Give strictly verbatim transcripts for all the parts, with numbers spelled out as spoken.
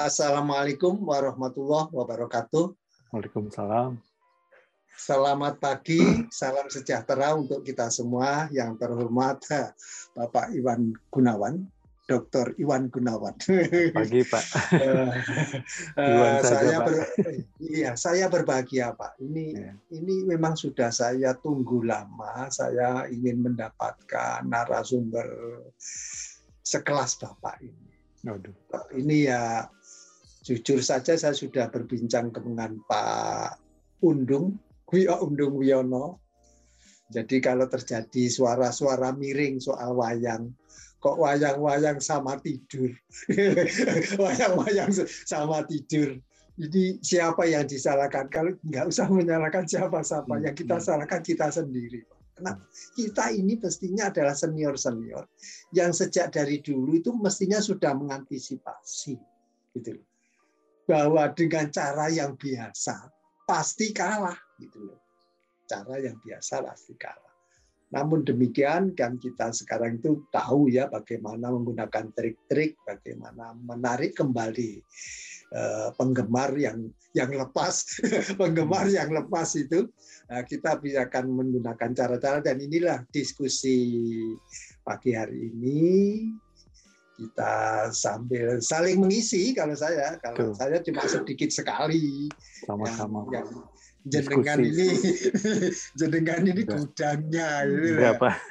Assalamualaikum warahmatullahi wabarakatuh. Waalaikumsalam. Selamat pagi, salam sejahtera untuk kita semua. Yang terhormat Bapak Iwan Gunawan, Doktor Iwan Gunawan. Pagi Pak. uh, Iwan uh, saja saya Pak. Ber, iya, saya berbahagia Pak. Ini ya. ini memang sudah saya tunggu lama. Saya ingin mendapatkan narasumber sekelas Bapak ini. Aduh. Ini ya jujur saja saya sudah berbincang dengan Pak Undung, Undung Wiono. Jadi kalau terjadi suara-suara miring soal wayang, kok wayang-wayang sama tidur, wayang-wayang sama tidur. Jadi siapa yang disalahkan? Kalau nggak usah menyalahkan siapa-siapa, yang kita salahkan kita sendiri. Karena kita ini mestinya adalah senior-senior yang sejak dari dulu itu mestinya sudah mengantisipasi, gitu loh. Bahwa dengan cara yang biasa pasti kalah, gitu loh. Cara yang biasa pasti kalah. Namun demikian kan kita sekarang itu tahu ya bagaimana menggunakan trik-trik, bagaimana menarik kembali eh, penggemar yang yang lepas, penggemar yang lepas itu. Nah, kita bisa akan menggunakan cara-cara, dan inilah diskusi pagi hari ini. Kita sambil saling mengisi. Kalau saya, kalau Tuh. saya cuma sedikit sekali. Sama-sama. Yang, yang jenengan Diskusi. ini, jenengan ini Enggak. gudangnya. Gitu Enggak, ya. Pak.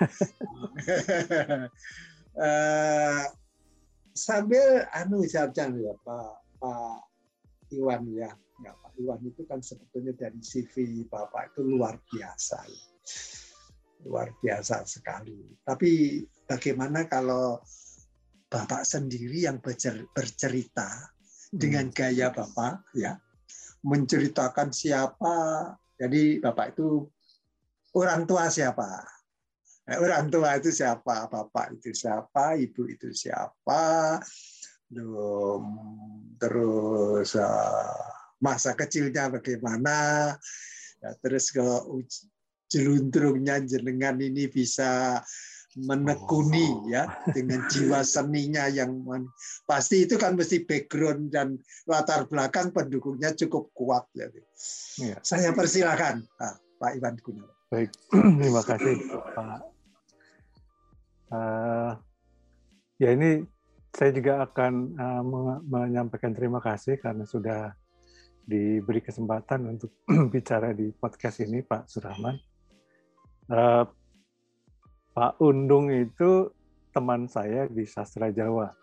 uh, sambil anu saja ya Pak, Pak Iwan ya. Ya, Pak Iwan itu kan sebetulnya dari C V Bapak itu luar biasa. Luar biasa sekali. Tapi bagaimana kalau Bapak sendiri yang bercerita dengan gaya Bapak, ya, menceritakan siapa, jadi Bapak itu orang tua siapa, orang tua itu siapa, Bapak itu siapa, Ibu itu siapa, terus masa kecilnya bagaimana, terus ke jeluntrungnya jenengan ini bisa menekuni ya dengan jiwa seninya yang pasti itu kan mesti background dan latar belakang pendukungnya cukup kuat ya. Ya. Saya persilakan ah, Pak Iwan Gunawan. Baik, terima kasih Pak. Uh, ya ini saya juga akan uh, menyampaikan terima kasih karena sudah diberi kesempatan untuk bicara di podcast ini Pak Surahman. Uh, Pak Undung itu teman saya di sastra Jawa.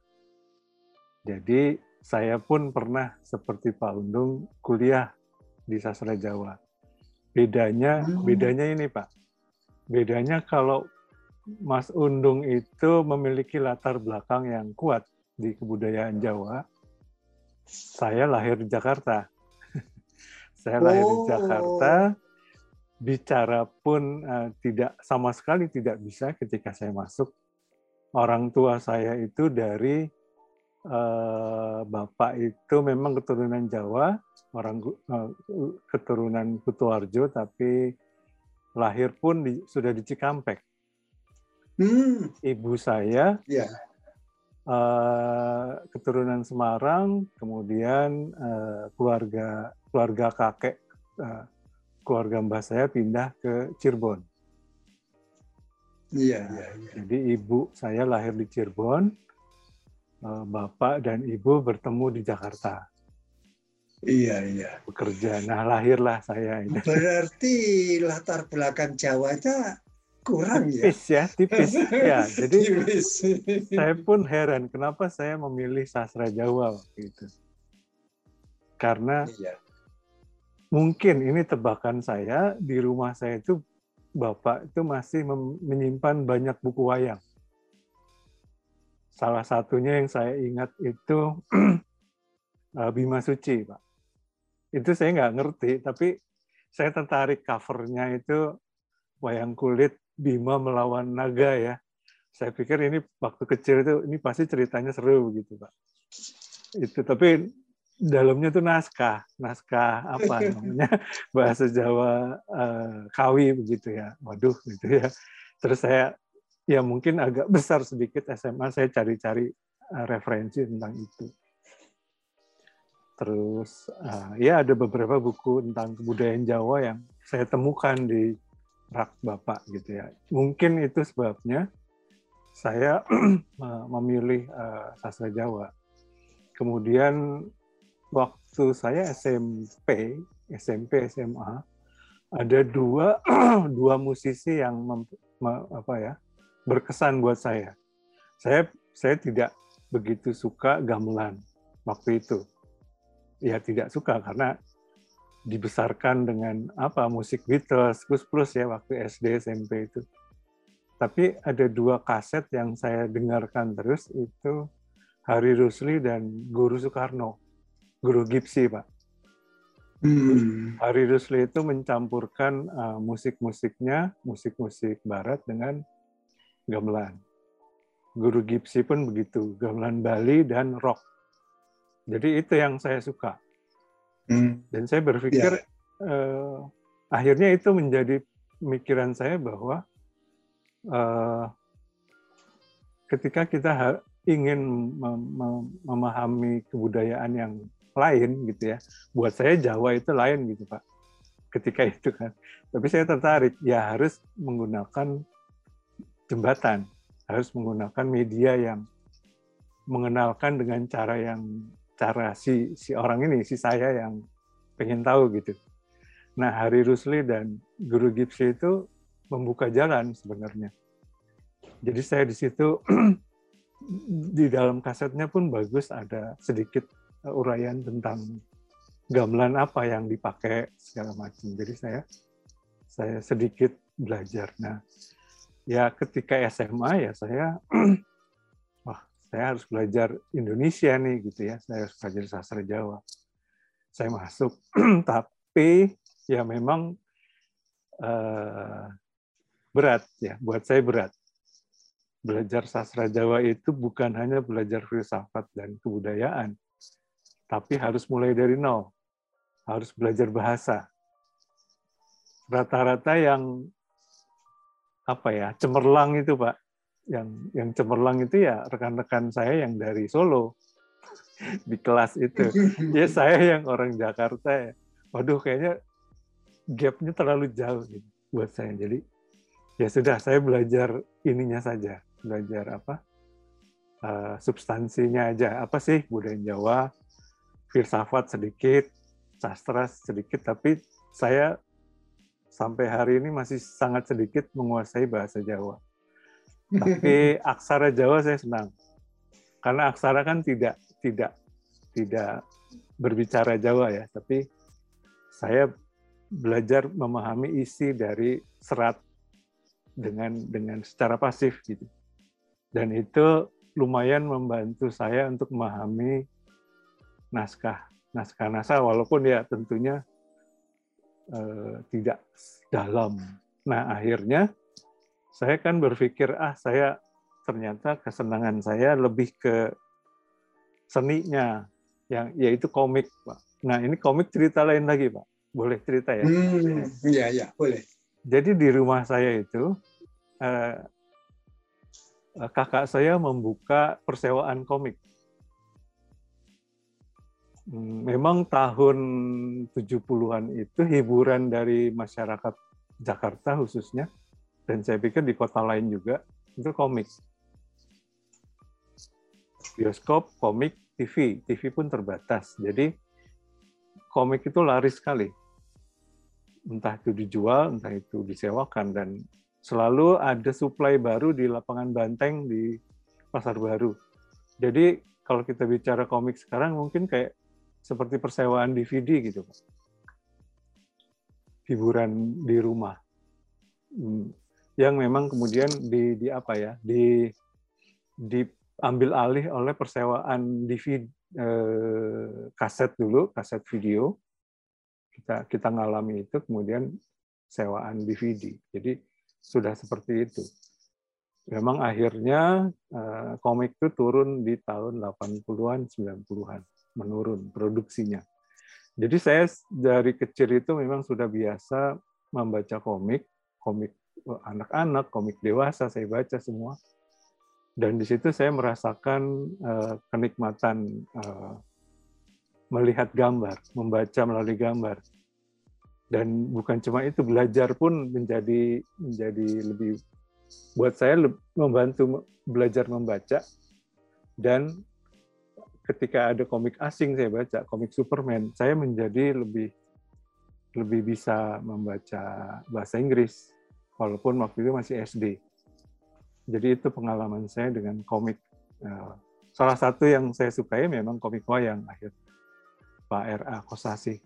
Jadi saya pun pernah seperti Pak Undung kuliah di sastra Jawa. Bedanya, bedanya ini Pak. Bedanya kalau Mas Undung itu memiliki latar belakang yang kuat di kebudayaan Jawa. Saya lahir di Jakarta. Saya lahir di Jakarta. Bicara pun uh, tidak sama sekali tidak bisa ketika saya masuk. Orang tua saya itu dari uh, bapak itu memang keturunan Jawa, orang uh, keturunan Kutuarjo, tapi lahir pun di, sudah di Cikampek. Hmm. Ibu saya yeah. uh, keturunan Semarang, kemudian uh, keluarga keluarga kakek. Uh, keluarga mbah saya pindah ke Cirebon. Iya, iya, iya. Jadi ibu saya lahir di Cirebon, bapak dan ibu bertemu di Jakarta. Iya, iya. Bekerja. Nah, lahirlah saya ini. Berarti latar belakang Jawanya kurang tipis ya? ya, tipis ya. Jadi tipis. Saya pun heran kenapa saya memilih sastra Jawa waktu itu. Karena iya. Mungkin ini tebakan saya, di rumah saya itu bapak itu masih menyimpan banyak buku wayang. Salah satunya yang saya ingat itu Bima Suci, Pak. Itu saya nggak ngerti, tapi saya tertarik covernya itu wayang kulit Bima melawan naga ya. Saya pikir ini waktu kecil itu ini pasti ceritanya seru gitu, Pak. Itu tapi dalamnya tuh naskah, naskah apa namanya bahasa Jawa uh, Kawi begitu ya. Waduh gitu ya. Terus saya ya mungkin agak besar sedikit S M A saya cari-cari uh, referensi tentang itu. Terus uh, ya ada beberapa buku tentang kebudayaan Jawa yang saya temukan di rak Bapak gitu ya. Mungkin itu sebabnya saya memilih uh, sastra Jawa. Kemudian waktu saya S M P, S M P, S M A, ada dua dua musisi yang mem, apa ya berkesan buat saya. Saya saya tidak begitu suka gamelan waktu itu. Ya tidak suka karena dibesarkan dengan apa musik Beatles, Gus Plus ya waktu S D S M P itu. Tapi ada dua kaset yang saya dengarkan terus itu Hari Rusli dan Guru Soekarno, Guru Gipsy Pak. Hmm. Hari Rusli itu mencampurkan uh, musik-musiknya, musik-musik Barat dengan gamelan. Guru Gipsy pun begitu, gamelan Bali dan rock. Jadi itu yang saya suka. Hmm. Dan saya berpikir yeah. eh, akhirnya itu menjadi pemikiran saya bahwa eh, ketika kita ingin mem- mem- memahami kebudayaan yang lain gitu ya, buat saya Jawa itu lain gitu Pak. Ketika itu kan. Tapi saya tertarik ya harus menggunakan jembatan, harus menggunakan media yang mengenalkan dengan cara yang cara si si orang ini, si saya yang pengen tahu gitu. Nah, Hari Rusli dan Guru Gipsy itu membuka jalan sebenarnya. Jadi saya di situ di dalam kasetnya pun bagus ada sedikit uraian tentang gamelan apa yang dipakai segala macam. Jadi saya saya sedikit belajar. Nah, ya ketika S M A ya saya wah, saya harus belajar Indonesia nih gitu ya. Saya harus belajar sastra Jawa. Saya masuk, tapi ya memang uh, berat ya, buat saya berat. Belajar sastra Jawa itu bukan hanya belajar filsafat dan kebudayaan, tapi harus mulai dari nol. Harus belajar bahasa. Rata-rata yang apa ya, cemerlang itu Pak, yang yang cemerlang itu ya rekan-rekan saya yang dari Solo. Di kelas itu. Ya saya yang orang Jakarta ya. Waduh kayaknya gap-nya terlalu jauh gitu buat saya. Jadi ya sudah saya belajar ininya saja. Belajar apa? Uh, substansinya aja. Apa sih budaya Jawa? Filsafat sedikit, sastra sedikit, tapi saya sampai hari ini masih sangat sedikit menguasai bahasa Jawa. Tapi aksara Jawa saya senang. Karena aksara kan tidak tidak tidak berbicara Jawa ya, tapi saya belajar memahami isi dari serat dengan dengan secara pasif gitu. Dan itu lumayan membantu saya untuk memahami naskah naskah naskah walaupun ya tentunya eh, tidak dalam. Nah, akhirnya saya kan berpikir ah saya ternyata kesenangan saya lebih ke seninya, yang yaitu komik, Pak. Nah, ini komik cerita lain lagi, Pak. Boleh cerita ya? Hmm, iya, iya, boleh. Jadi di rumah saya itu, eh, kakak saya membuka persewaan komik. Memang tahun tujuh puluhan itu hiburan dari masyarakat Jakarta khususnya, dan saya pikir di kota lain juga, itu komik. Bioskop, komik, T V. T V pun terbatas. Jadi komik itu laris sekali. Entah itu dijual, entah itu disewakan. Dan selalu ada suplai baru di lapangan Banteng di Pasar Baru. Jadi kalau kita bicara komik sekarang mungkin kayak seperti persewaan D V D gitu. Hiburan di rumah. Yang memang kemudian di, di apa ya, di, diambil alih oleh persewaan D V D eh, kaset dulu, kaset video. Kita kita ngalami itu, kemudian sewaan D V D. Jadi sudah seperti itu. Memang akhirnya eh, komik itu turun di tahun delapan puluhan, sembilan puluhan, menurun produksinya. Jadi saya dari kecil itu memang sudah biasa membaca komik, komik anak-anak, komik dewasa saya baca semua. Dan di situ saya merasakan uh, kenikmatan uh, melihat gambar, membaca melalui gambar. Dan bukan cuma itu, belajar pun menjadi menjadi lebih, buat saya membantu belajar membaca. Dan ketika ada komik asing saya baca, komik Superman, saya menjadi lebih lebih bisa membaca bahasa Inggris, walaupun waktu itu masih S D. Jadi itu pengalaman saya dengan komik. Salah satu yang saya sukai memang komik wayang akhir Pak R A Kosasih.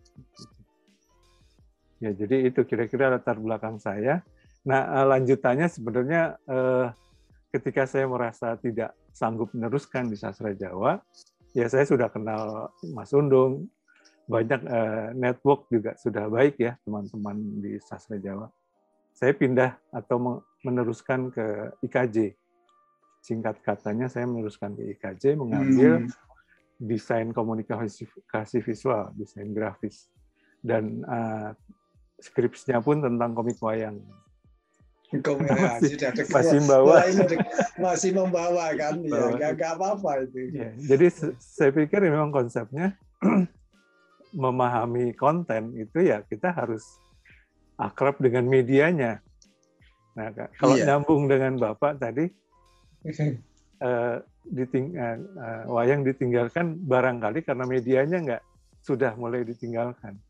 Ya, jadi itu kira-kira latar belakang saya. Nah, lanjutannya sebenarnya eh, ketika saya merasa tidak sanggup meneruskan di sastra Jawa, ya saya sudah kenal Mas Undung, banyak eh, network juga sudah baik ya teman-teman di sastra Jawa. Saya pindah atau meneruskan ke I K J. Singkat katanya saya meneruskan ke I K J, mengambil hmm. desain komunikasi visual, desain grafis. Dan uh, skripsinya pun tentang komik wayang. Komik masih, masih membawa. Masih membawa kan, ya nggak apa-apa itu. Ya, jadi saya pikir memang konsepnya memahami konten itu ya kita harus akrab dengan medianya. Nah, kalau iya. nyambung dengan Bapak tadi, uh, diting uh, uh, wayang ditinggalkan barangkali karena medianya nggak sudah mulai ditinggalkan.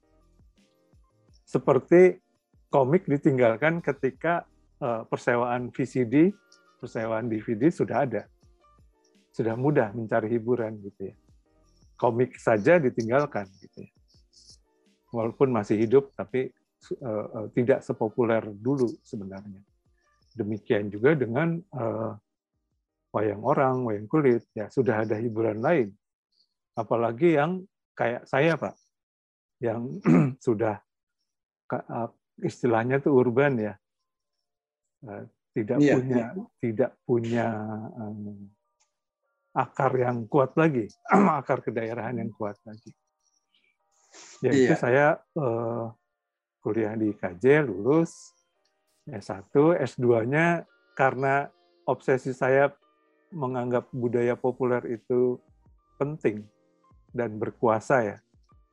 Seperti komik ditinggalkan ketika uh, persewaan V C D, persewaan D V D sudah ada. Sudah mudah mencari hiburan gitu ya. Komik saja ditinggalkan gitu ya. Walaupun masih hidup tapi uh, uh, tidak sepopuler dulu sebenarnya. Demikian juga dengan uh, wayang orang, wayang kulit, ya sudah ada hiburan lain. Apalagi yang kayak saya, Pak, yang sudah istilahnya itu urban ya, tidak iya, punya iya. tidak punya um, akar yang kuat lagi, akar kedaerahan yang kuat lagi. Ya iya. Itu saya uh, kuliah di I K J, lulus S satu, S dua-nya karena obsesi saya menganggap budaya populer itu penting dan berkuasa ya.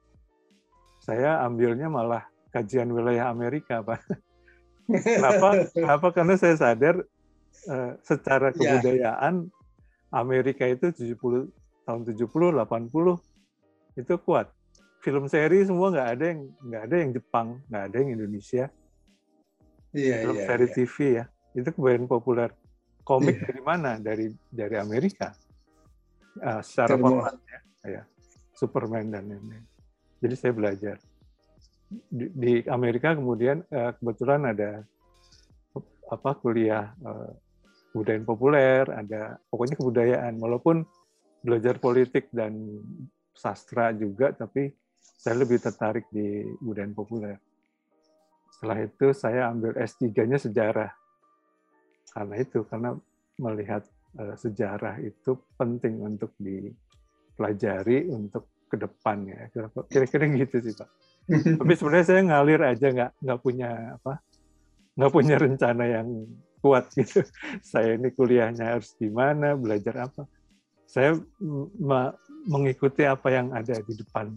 Saya ambilnya malah kajian wilayah Amerika, Pak. Kenapa? Kenapa? Karena saya sadar uh, secara kebudayaan Amerika itu tujuh puluh tahun tujuh puluh, delapan puluh itu kuat. Film seri semua nggak ada yang nggak ada yang Jepang, nggak ada yang Indonesia. Iya, film iya, seri iya. T V ya, itu kebanyakan populer. Komik iya. Dari mana? Dari dari Amerika. Uh, secara format ya, ya, Superman dan lain-lain. Jadi saya belajar. Di, di Amerika kemudian uh, kebetulan ada apa kuliah uh, kebudayaan populer, ada pokoknya kebudayaan. Walaupun belajar politik dan sastra juga, tapi saya lebih tertarik di kebudayaan populer. Setelah itu saya ambil S tiga-nya sejarah. Karena itu, karena melihat uh, sejarah itu penting untuk dipelajari untuk ke depan ya. Kira-kira gitu sih, Pak. Tapi sebenarnya saya ngalir aja, nggak nggak punya apa, nggak punya rencana yang kuat gitu. Saya ini kuliahnya harus gimana, belajar apa. Saya me- mengikuti apa yang ada di depan.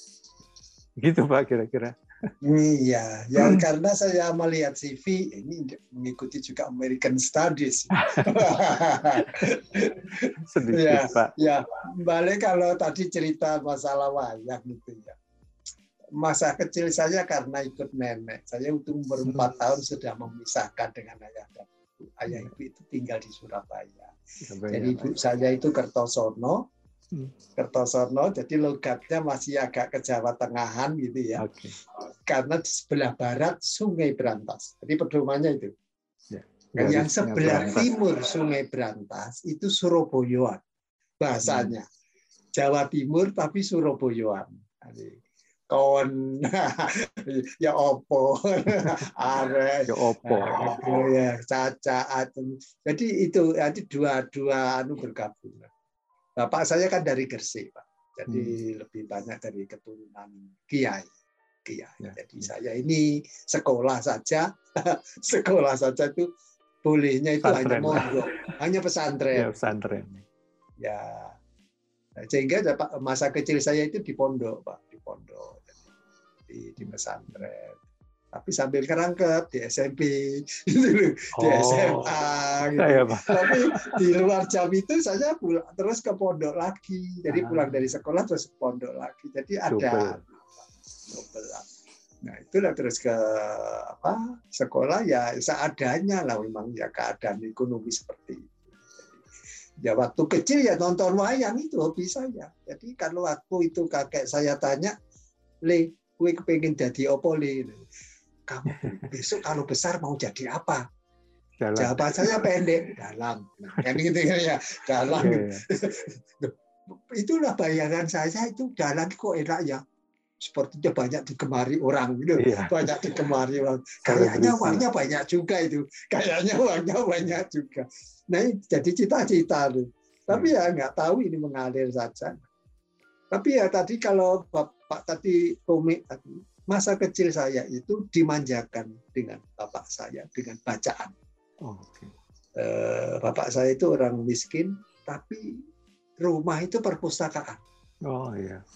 Gitu Pak kira-kira. Iya, ya karena saya melihat C V ini mengikuti juga American Studies. Sedikit ya, Pak. Ya, balik kalau tadi cerita masalah wayang itu ya. Masa kecil saya karena ikut nenek, saya untuk umur empat tahun sudah memisahkan dengan ayah dan ibu. Ayah ibu itu tinggal di Surabaya. Surabaya jadi ibu ya. Saya itu Kertosono, Kertosono, jadi logatnya masih agak ke Jawa Tengahan gitu ya. Okay. Karena di sebelah barat Sungai Brantas, jadi pedomannya itu. Ya, dan yang sebelah Brantas. Timur Sungai Brantas itu Surabayaan bahasanya. Hmm. Jawa Timur tapi Surabayaan. Kon ya opo are ya opo ya caca jadi itu nanti dua-dua anu bergabung. Bapak saya kan dari Gresik, Pak, jadi hmm. lebih banyak dari keturunan kiai kiai ya. Jadi saya ini sekolah saja sekolah saja itu bolehnya itu pesantren. Hanya mondok hanya pesantren ya pesantren ya. Sehingga masa kecil saya itu di pondok, Pak, di pondok, di, di pesantren. Tapi sambil kerangkep di S M P, di S M A, gitu. Ya, Pak. Tapi di luar jam itu saya pulang terus ke pondok lagi. Jadi pulang dari sekolah terus ke pondok lagi. Jadi ada double. Nah itulah terus ke apa sekolah ya seadanya lah, memang ya keadaan ekonomi seperti itu. Ya waktu kecil ya nonton wayang itu hobi saya. Jadi kalau waktu itu kakek saya tanya, Le, gue kepengen jadi opo Le? Kamu besok kalau besar mau jadi apa? Dalam. Jawaban saya pendek, dalam. Nah, kan gitu ya, dalam. Yeah, yeah. Itulah bayangan saya itu dalam kok enak ya. Sepertinya banyak digemari orang gitu. Yeah. Banyak digemari orang. Kayaknya uangnya banyak juga itu. Kayaknya uangnya banyak juga. Nah, jadi cita-cita tuh. Tapi yeah. ya nggak tahu ini mengalir saja. Tapi ya tadi kalau Bapak tadi komik tadi, masa kecil saya itu dimanjakan dengan bapak saya, dengan bacaan. Oh, okay. Bapak saya itu orang miskin, tapi rumah itu perpustakaan. Oh iya.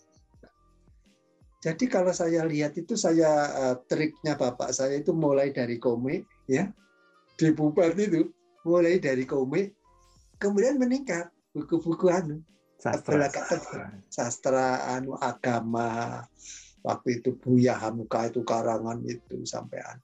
Jadi kalau saya lihat itu saya triknya bapak saya itu mulai dari komik, ya, di Bupat itu mulai dari komik, kemudian meningkat buku-buku anu, sastra, sastra, sastra anu agama. Waktu itu Buya Hamka itu karangan itu sampean.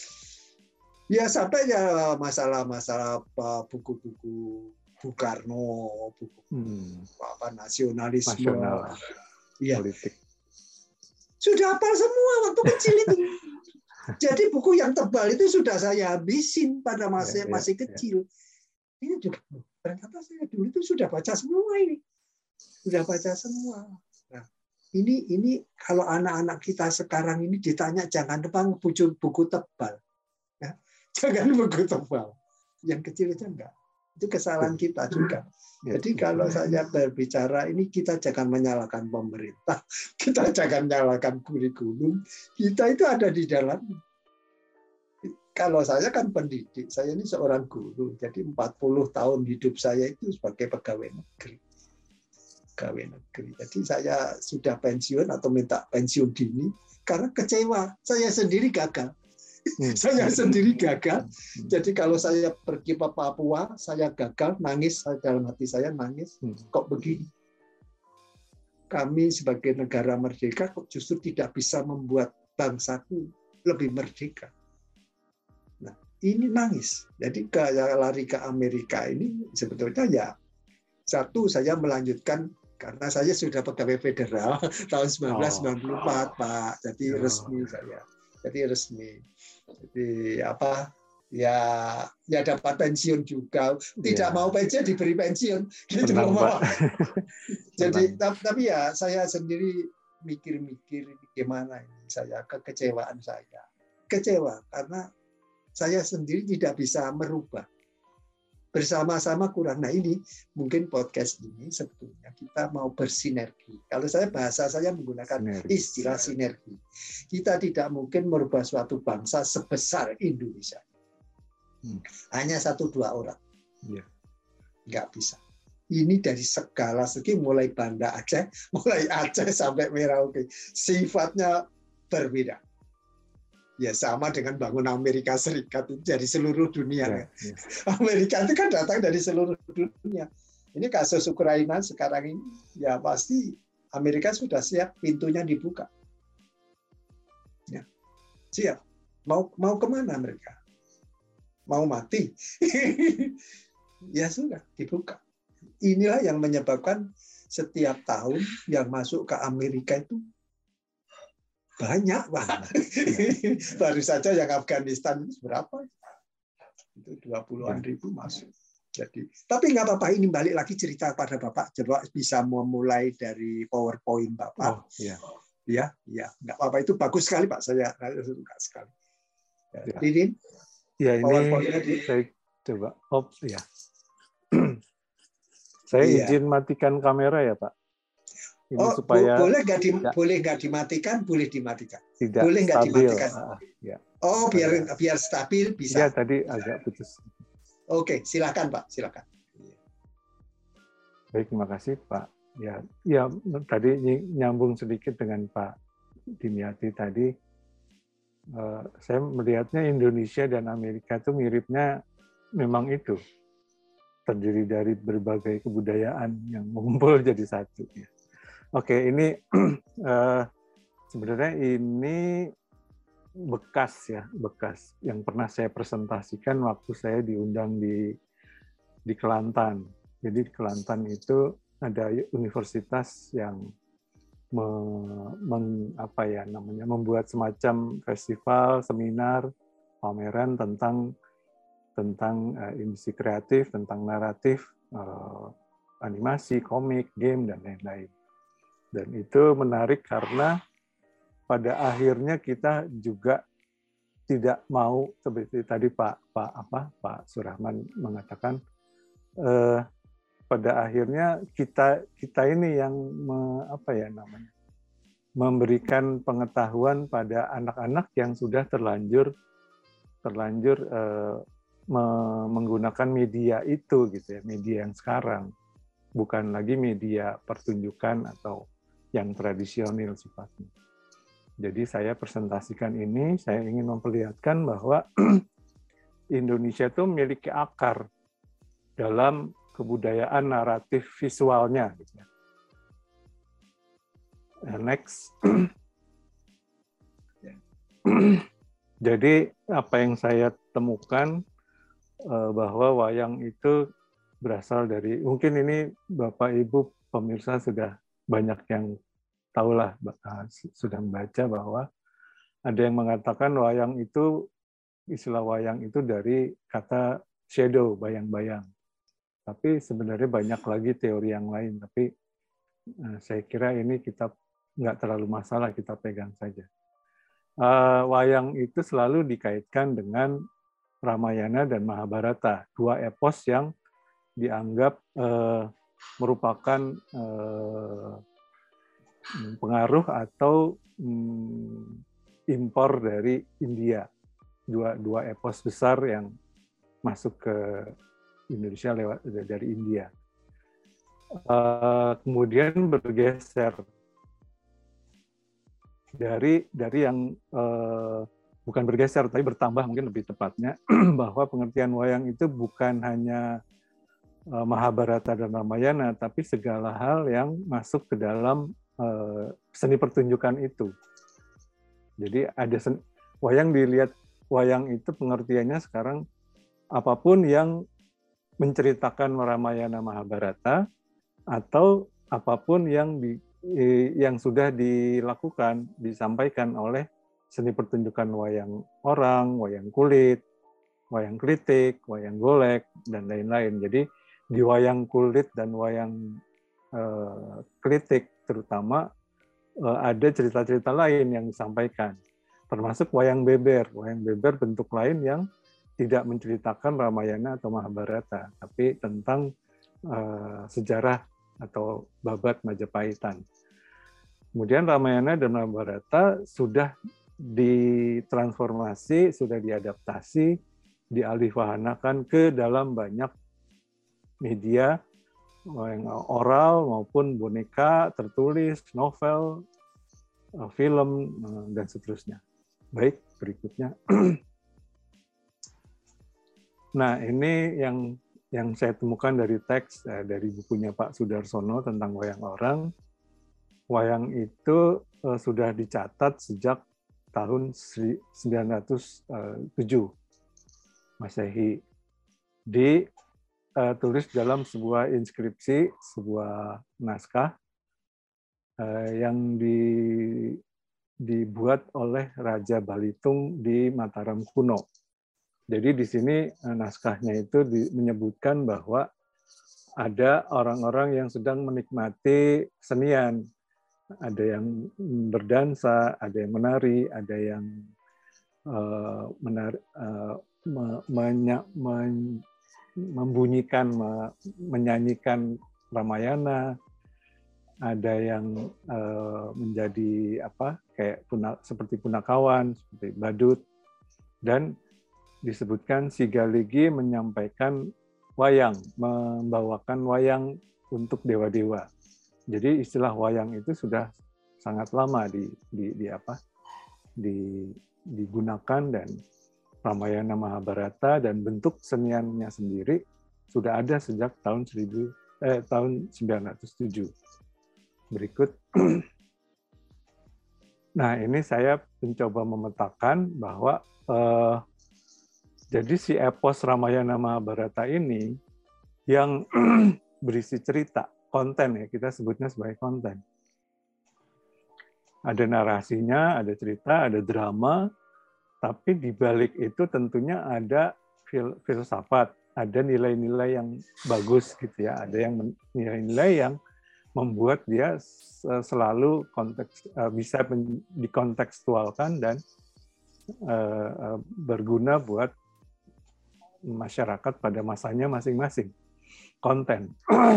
Ya sampai ya masalah-masalah apa buku-buku Bung Karno, buku hmm. apa nasionalisme, nasional, ya. Politik. Sudah hafal semua waktu kecil itu. Jadi buku yang tebal itu sudah saya habisin pada masa ya, ya, masih kecil. Ya. Ini juga ternyata saya dulu itu sudah baca semua ini. Sudah baca semua. Nah, Ini ini kalau anak-anak kita sekarang ini ditanya jangan tebang buku, buku tebal, ya. Jangan buku tebal. Yang kecil aja enggak. Itu kesalahan kita juga. Jadi kalau saya berbicara ini kita jangan menyalahkan pemerintah, kita jangan menyalahkan kurikulum. Kita itu ada di dalam. Kalau saya kan pendidik, saya ini seorang guru. Jadi empat puluh tahun hidup saya itu sebagai pegawai negeri. Pegawai negeri. Jadi saya sudah pensiun atau minta pensiun dini karena kecewa. Saya sendiri gagal. Hmm. Saya sendiri gagal. Jadi kalau saya pergi ke Papua, saya gagal, nangis dalam hati saya nangis. Kok begini? Kami sebagai negara merdeka kok justru tidak bisa membuat bangsaku lebih merdeka. Nah, ini nangis. Jadi kayak lari ke Amerika ini sebetulnya ya satu saya melanjutkan karena saya sudah pegawai federal tahun sembilan belas sembilan puluh empat, oh. Pak. Jadi oh. resmi saya. Jadi resmi. Jadi apa? Ya, ya dapat pensiun juga. Tidak ya. Mau pensiun diberi pensiun. Gitu Menang, Pak. Jadi tapi ya saya sendiri mikir-mikir gimana ini saya kekecewaan saya. Kecewa karena saya sendiri tidak bisa merubah. Bersama-sama kurang. Nah ini mungkin podcast ini sebetulnya kita mau bersinergi. Kalau saya bahasa saya menggunakan sinergi. Istilah sinergi. Kita tidak mungkin merubah suatu bangsa sebesar Indonesia. Hmm. Hanya satu dua orang. Ya. Nggak bisa. Ini dari segala segi mulai Banda Aceh, mulai Aceh sampai Merauke. Sifatnya berbeda. Ya sama dengan bangun Amerika Serikat itu dari seluruh dunia. Ya, ya. Amerika itu kan datang dari seluruh dunia. Ini kasus Ukraina sekarang ini, ya pasti Amerika sudah siap, pintunya dibuka. Ya, siap. Mau mau kemana mereka? Mau mati? Ya sudah, dibuka. Inilah yang menyebabkan setiap tahun yang masuk ke Amerika itu banyak, Pak. Baru saja yang Afghanistan itu berapa? Itu dua puluhan ribu masuk. Jadi, tapi nggak apa-apa. Ini balik lagi cerita pada Bapak. Coba bisa memulai dari PowerPoint Bapak. Oh, iya. Ya, ya, nggak apa-apa. Itu bagus sekali, Pak. Saya suka sekali. Ya, ya. Didin? Ya, ini di... saya coba. Oh, ya. Saya iya. izin matikan kamera ya, Pak. Ini oh, supaya boleh nggak di, boleh nggak dimatikan, boleh dimatikan. Tidak boleh nggak dimatikan. Uh, ya. Oh, biar uh, biar stabil bisa. Ya, tadi agak putus. Oke, silakan Pak, silakan. Baik, terima kasih Pak Ya, ya tadi nyambung sedikit dengan Pak Dimyati tadi. Uh, saya melihatnya Indonesia dan Amerika itu miripnya memang itu, terdiri dari berbagai kebudayaan yang mengumpul jadi satu. Ya. Oke, ini uh, sebenarnya ini bekas ya, bekas yang pernah saya presentasikan waktu saya diundang di di Kelantan. Jadi di Kelantan itu ada universitas yang me, meng, apa ya namanya membuat semacam festival, seminar, pameran tentang tentang uh, industri kreatif, tentang naratif, uh, animasi, komik, game dan lain-lain. Dan itu menarik karena pada akhirnya kita juga tidak mau seperti tadi Pak Pak apa Pak Surahman mengatakan eh, pada akhirnya kita kita ini yang me, apa ya namanya memberikan pengetahuan pada anak-anak yang sudah terlanjur terlanjur eh, me, menggunakan media itu gitu ya, media yang sekarang bukan lagi media pertunjukan atau yang tradisional sifatnya. Jadi saya presentasikan ini, saya ingin memperlihatkan bahwa Indonesia itu memiliki akar dalam kebudayaan naratif visualnya. Next. Jadi apa yang saya temukan bahwa wayang itu berasal dari, mungkin ini Bapak Ibu pemirsa sudah banyak yang tahulah, sudah membaca bahwa ada yang mengatakan wayang itu, istilah wayang itu dari kata shadow, bayang-bayang. Tapi sebenarnya banyak lagi teori yang lain, tapi saya kira ini kita nggak terlalu masalah, kita pegang saja. Wayang itu selalu dikaitkan dengan Ramayana dan Mahabharata, dua epos yang dianggap merupakan pengaruh atau hmm, impor dari India, dua dua epos besar yang masuk ke Indonesia lewat dari India. Uh, kemudian bergeser dari dari yang uh, bukan bergeser tapi bertambah mungkin lebih tepatnya bahwa pengertian wayang itu bukan hanya uh, Mahabharata dan Ramayana tapi segala hal yang masuk ke dalam seni pertunjukan itu. Jadi ada sen, wayang dilihat wayang itu pengertiannya sekarang apapun yang menceritakan Ramayana Mahabharata atau apapun yang di, yang sudah dilakukan disampaikan oleh seni pertunjukan wayang orang, wayang kulit, wayang klitik, wayang golek dan lain-lain. Jadi di wayang kulit dan wayang uh, klitik terutama ada cerita-cerita lain yang disampaikan, termasuk wayang beber. Wayang beber bentuk lain yang tidak menceritakan Ramayana atau Mahabharata, tapi tentang uh, sejarah atau babat Majapahitan. Kemudian Ramayana dan Mahabharata sudah ditransformasi, sudah diadaptasi, dialihwahanakan ke dalam banyak media, yang oral maupun boneka, tertulis, novel, film, dan seterusnya. Baik, berikutnya. Nah, ini yang yang saya temukan dari teks, dari bukunya Pak Sudarsono tentang wayang orang. Wayang itu sudah dicatat sejak tahun sembilan ratus tujuh Masehi. Di Uh, tulis dalam sebuah inskripsi, sebuah naskah uh, yang di, dibuat oleh Raja Balitung di Mataram kuno. Jadi di sini uh, naskahnya itu di, menyebutkan bahwa ada orang-orang yang sedang menikmati kesenian. Ada yang berdansa, ada yang menari, ada yang uh, menari, uh, me, menya, men, membunyikan, menyanyikan Ramayana, ada yang uh, menjadi apa kayak puna, seperti punakawan, seperti badut, dan disebutkan si Galigi menyampaikan wayang, membawakan wayang untuk dewa-dewa. Jadi istilah wayang itu sudah sangat lama di, di, di apa di, digunakan, dan Ramayana Mahabharata dan bentuk seniannya sendiri sudah ada sejak tahun seribu eh, tahun sembilan ratus tujuh. Berikut. Nah, ini saya mencoba memetakan bahwa eh, jadi si epos Ramayana Mahabharata ini yang berisi cerita, konten ya, kita sebutnya sebagai konten. Ada narasinya, ada cerita, ada drama, tapi di balik itu tentunya ada fil filsafat, ada nilai-nilai yang bagus gitu ya, ada yang nilai-nilai yang membuat dia selalu konteks bisa dikontekstualkan dan uh, berguna buat masyarakat pada masanya masing-masing. Konten.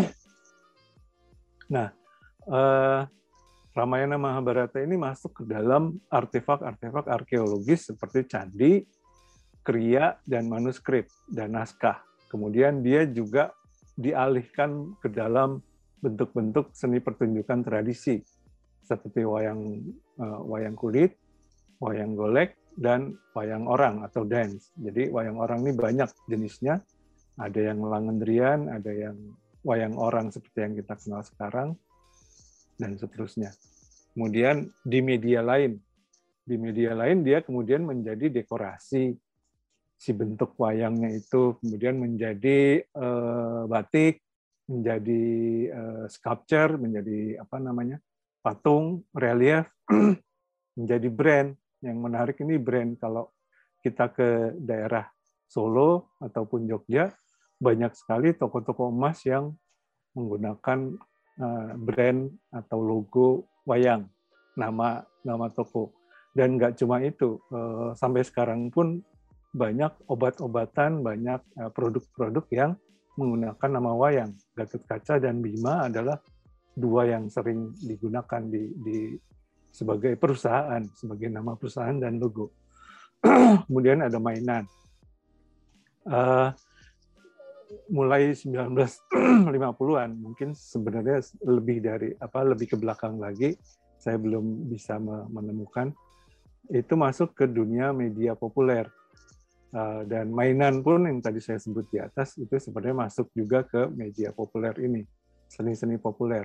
Nah, uh, Ramayana Mahabharata ini masuk ke dalam artefak-artefak arkeologis seperti candi, kriya, dan manuskrip, dan naskah. Kemudian dia juga dialihkan ke dalam bentuk-bentuk seni pertunjukan tradisi, seperti wayang uh, wayang kulit, wayang golek, dan wayang orang atau dance. Jadi wayang orang ini banyak jenisnya, ada yang langendrian, ada yang wayang orang seperti yang kita kenal sekarang, dan seterusnya. Kemudian di media lain, di media lain dia kemudian menjadi dekorasi, si bentuk wayangnya itu kemudian menjadi uh, batik, menjadi uh, sculpture, menjadi apa namanya patung, relief, menjadi brand. Yang menarik ini brand, kalau kita ke daerah Solo ataupun Jogja, banyak sekali toko-toko emas yang menggunakan brand atau logo wayang, nama nama toko. Dan nggak cuma itu, sampai sekarang pun banyak obat-obatan, banyak produk-produk yang menggunakan nama wayang. Gatotkaca dan Bima adalah dua yang sering digunakan di, di sebagai perusahaan, sebagai nama perusahaan dan logo. Kemudian ada mainan. Uh, mulai sembilan belas lima puluhan, mungkin sebenarnya lebih dari apa lebih ke belakang lagi, saya belum bisa menemukan, itu masuk ke dunia media populer. Dan mainan pun yang tadi saya sebut di atas itu sebenarnya masuk juga ke media populer ini, seni-seni populer.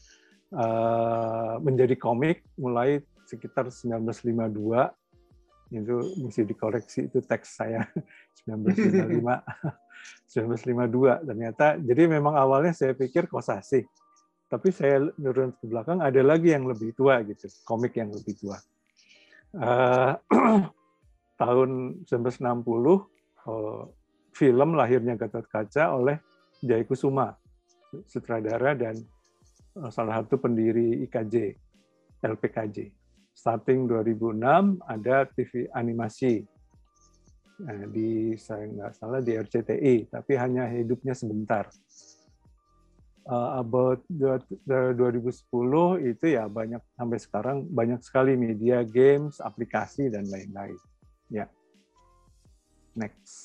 Menjadi komik mulai sekitar sembilan belas lima puluh dua, itu mesti dikoreksi, itu teks saya sembilan belas lima puluh lima sembilan belas lima puluh dua ternyata. Jadi memang awalnya saya pikir Kosasih, tapi saya nurun ke belakang ada lagi yang lebih tua gitu, komik yang lebih tua. Uh, tahun seribu sembilan ratus enam puluh uh, film lahirnya Gatotkaca oleh Jaykusuma, sutradara dan uh, salah satu pendiri I K J, L P K J. Starting dua ribu enam ada T V animasi. Nah, di saya nggak salah di R C T I, tapi hanya hidupnya sebentar. Uh, about dua ribu sepuluh itu ya banyak, sampai sekarang banyak sekali media, games, aplikasi, dan lain-lain. Ya, next.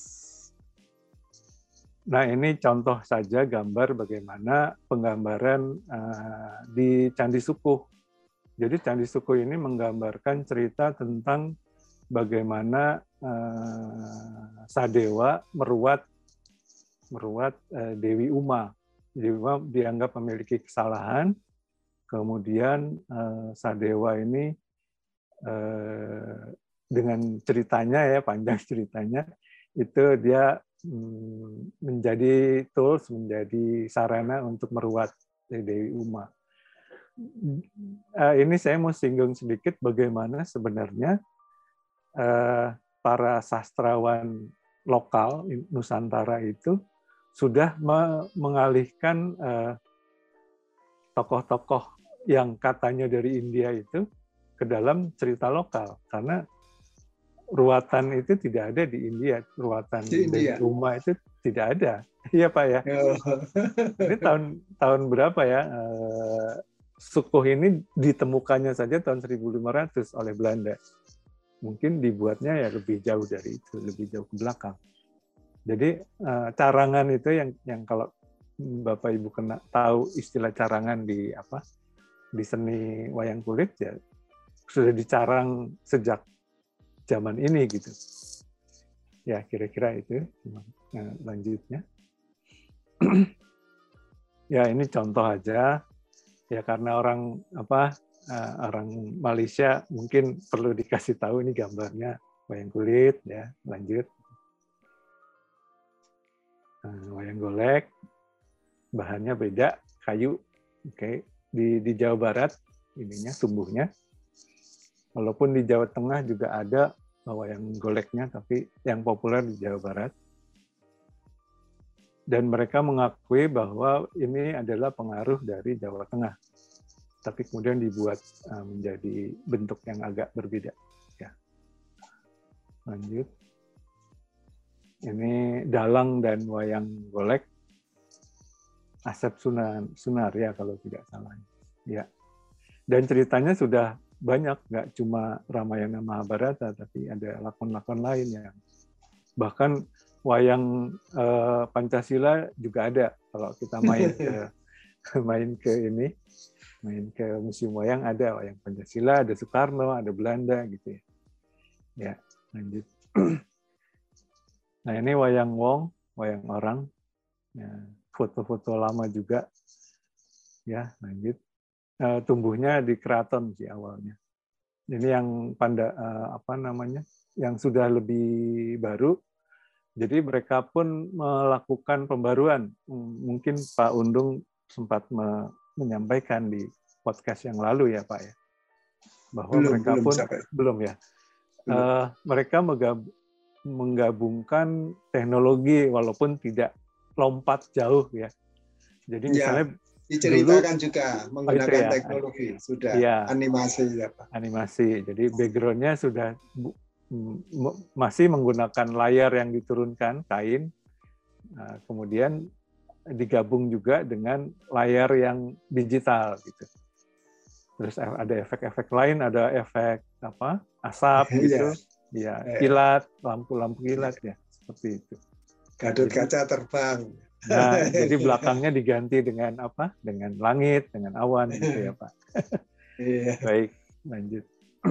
Nah, ini contoh saja gambar bagaimana penggambaran uh, di Candi Sukuh. Jadi Candi Sukuh ini menggambarkan cerita tentang bagaimana uh, Sadewa meruat meruat uh, Dewi Uma. Dewi Uma dianggap memiliki kesalahan. Kemudian uh, Sadewa ini uh, dengan ceritanya ya, panjang ceritanya, itu dia um, menjadi tools, menjadi sarana untuk meruat Dewi Uma. Uh, ini saya mau singgung sedikit bagaimana sebenarnya uh, para sastrawan lokal Nusantara itu sudah me mengalihkan uh, tokoh-tokoh yang katanya dari India itu ke dalam cerita lokal, karena ruatan itu tidak ada di India, ruatan di Dewi Uma itu tidak ada. Iya Pak ya. Ini tahun tahun berapa ya? Uh, Sukuh ini ditemukannya saja tahun seribu lima ratus oleh Belanda. Mungkin dibuatnya ya lebih jauh dari itu, lebih jauh ke belakang. Jadi uh, carangan itu yang yang kalau Bapak Ibu kena tahu istilah carangan di apa di seni wayang kulit, ya sudah dicarang sejak zaman ini gitu. Ya kira-kira itu. Nah, lanjutnya. Ya ini contoh aja ya, karena orang apa uh, orang Malaysia mungkin perlu dikasih tahu ini gambarnya wayang kulit ya. Lanjut. Nah, wayang golek, bahannya beda, kayu. Oke, okay. di di Jawa Barat ininya tumbuhnya. Walaupun di Jawa Tengah juga ada wayang goleknya, tapi yang populer di Jawa Barat. Dan mereka mengakui bahwa ini adalah pengaruh dari Jawa Tengah, tapi kemudian dibuat uh, menjadi bentuk yang agak berbeda. Ya. Lanjut. Ini dalang dan wayang golek, Asep Sunar, Sunaria kalau tidak salah. Ya. Dan ceritanya sudah banyak, nggak cuma Ramayana Mahabharata, tapi ada lakon-lakon lain yang bahkan wayang eh, Pancasila juga ada. Kalau kita main ke main ke ini, main ke museum wayang, ada wayang Pancasila, ada Soekarno, ada Belanda gitu ya. Ya, lanjut. Nah ini wayang wong, wayang orang, ya, foto-foto lama juga. Ya, lanjut. Eh, tumbuhnya di keraton sih awalnya. Ini yang panda eh, apa namanya, yang sudah lebih baru. Jadi mereka pun melakukan pembaruan. Mungkin Pak Undung sempat me menyampaikan di podcast yang lalu ya Pak ya, bahwa belum, mereka belum pun sampai. belum ya. Belum. Uh, mereka menggabungkan teknologi walaupun tidak lompat jauh ya. Jadi misalnya ya, diceritakan dulu, juga menggunakan oh ya, teknologi sudah ya, animasi ya Pak. Animasi. Jadi background-nya sudah masih menggunakan layar yang diturunkan, kain, kemudian digabung juga dengan layar yang digital gitu. Terus ada efek-efek lain, ada efek apa asap gitu, ya kilat, lampu-lampu kilat ya, seperti itu. Gadut kaca terbang. Nah, jadi belakangnya diganti dengan apa? Dengan langit, dengan awan gitu ya Pak. Baik, lanjut.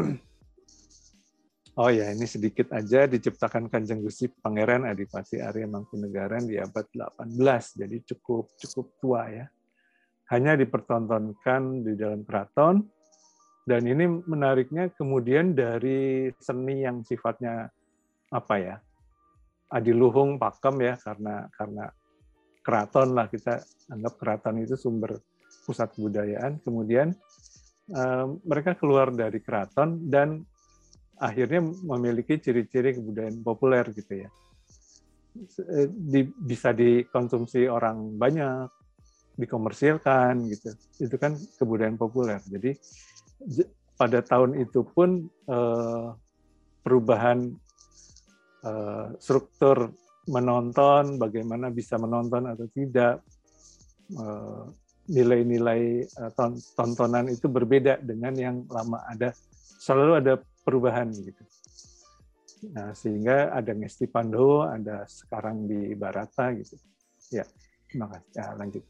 Oh ya, ini sedikit aja, diciptakan Kanjeng Gusti Pangeran Adipati Arya Mangkunegaran di abad delapan belas, jadi cukup cukup tua ya. Hanya dipertontonkan di dalam keraton, dan ini menariknya kemudian dari seni yang sifatnya apa ya, adiluhung pakem ya, karena karena keraton lah, kita anggap keraton itu sumber pusat kebudayaan. Kemudian eh, mereka keluar dari keraton dan akhirnya memiliki ciri-ciri kebudayaan populer gitu ya. Di, bisa dikonsumsi orang banyak, dikomersilkan gitu. Itu kan kebudayaan populer. Jadi pada tahun itu pun eh, perubahan eh, struktur menonton, bagaimana bisa menonton atau tidak, eh, nilai-nilai eh, tontonan itu berbeda dengan yang lama. Ada selalu ada perubahan gitu. Nah, sehingga ada Ngesti Pandowo, ada sekarang di Barata gitu. Ya, terima kasih. Ya, lanjut.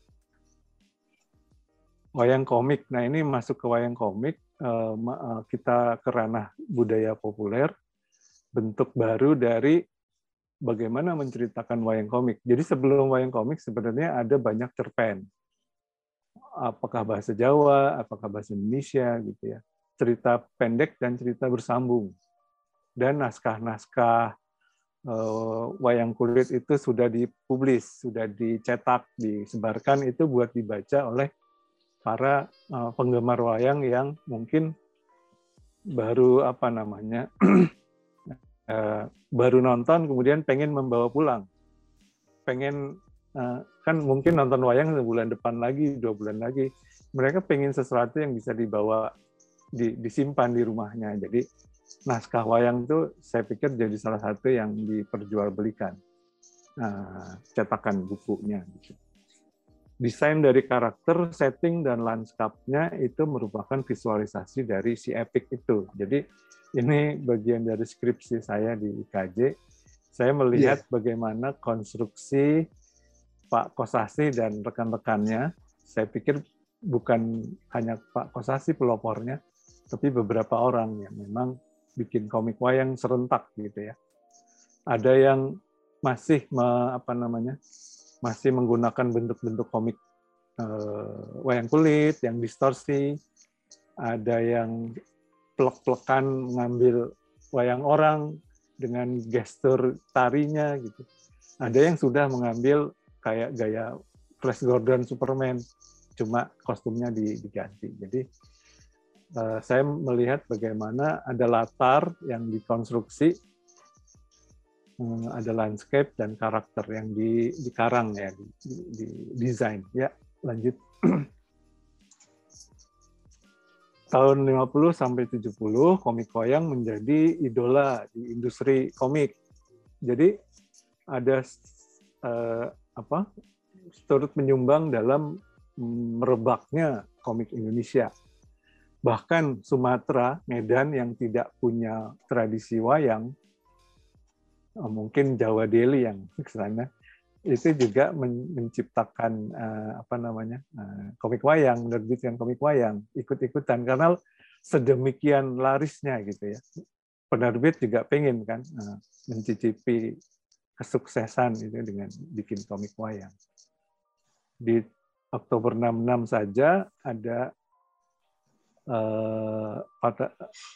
Wayang komik. Nah, ini masuk ke wayang komik, kita ke ranah budaya populer, bentuk baru dari bagaimana menceritakan wayang komik. Jadi sebelum wayang komik sebenarnya ada banyak cerpen. Apakah bahasa Jawa, apakah bahasa Indonesia gitu ya. Cerita pendek dan cerita bersambung. Dan naskah-naskah uh, wayang kulit itu sudah dipublis, sudah dicetak, disebarkan, itu buat dibaca oleh para uh, penggemar wayang yang mungkin baru apa namanya uh, baru nonton kemudian pengen membawa pulang, pengen uh, kan mungkin nonton wayang sebulan depan lagi, dua bulan lagi, mereka pengen sesuatu yang bisa dibawa di, disimpan di rumahnya. Jadi naskah wayang itu saya pikir jadi salah satu yang diperjualbelikan, nah, cetakan bukunya. Gitu. Desain dari karakter, setting, dan lanskapnya itu merupakan visualisasi dari si epic itu. Jadi ini bagian dari skripsi saya di I K J. Saya melihat yeah. bagaimana konstruksi Pak Kosasih dan rekan-rekannya, saya pikir bukan hanya Pak Kosasih pelopornya, tapi beberapa orang yang memang bikin komik wayang serentak gitu ya. Ada yang masih me, apa namanya, masih menggunakan bentuk-bentuk komik eh, wayang kulit yang distorsi, ada yang plek-plekan mengambil wayang orang dengan gestur tarinya gitu. Ada yang sudah mengambil kayak gaya Flash Gordon Superman, cuma kostumnya diganti. Jadi uh, saya melihat bagaimana ada latar yang dikonstruksi, um, ada landscape dan karakter yang di, dikarang ya, di, di, di desain. Ya, lanjut. Tahun lima puluh sampai tujuh puluh komik wayang menjadi idola di industri komik. Jadi ada uh, apa? turut menyumbang dalam merebaknya komik Indonesia. Bahkan Sumatera, Medan yang tidak punya tradisi wayang, mungkin Jawa Deli yang ke sana, itu juga menciptakan apa namanya komik wayang, menerbitkan komik wayang, ikut-ikutan karena sedemikian larisnya gitu ya. Penerbit juga pengen kan mencicipi kesuksesan itu dengan bikin komik wayang. Di Oktober enam puluh enam saja ada eh, pada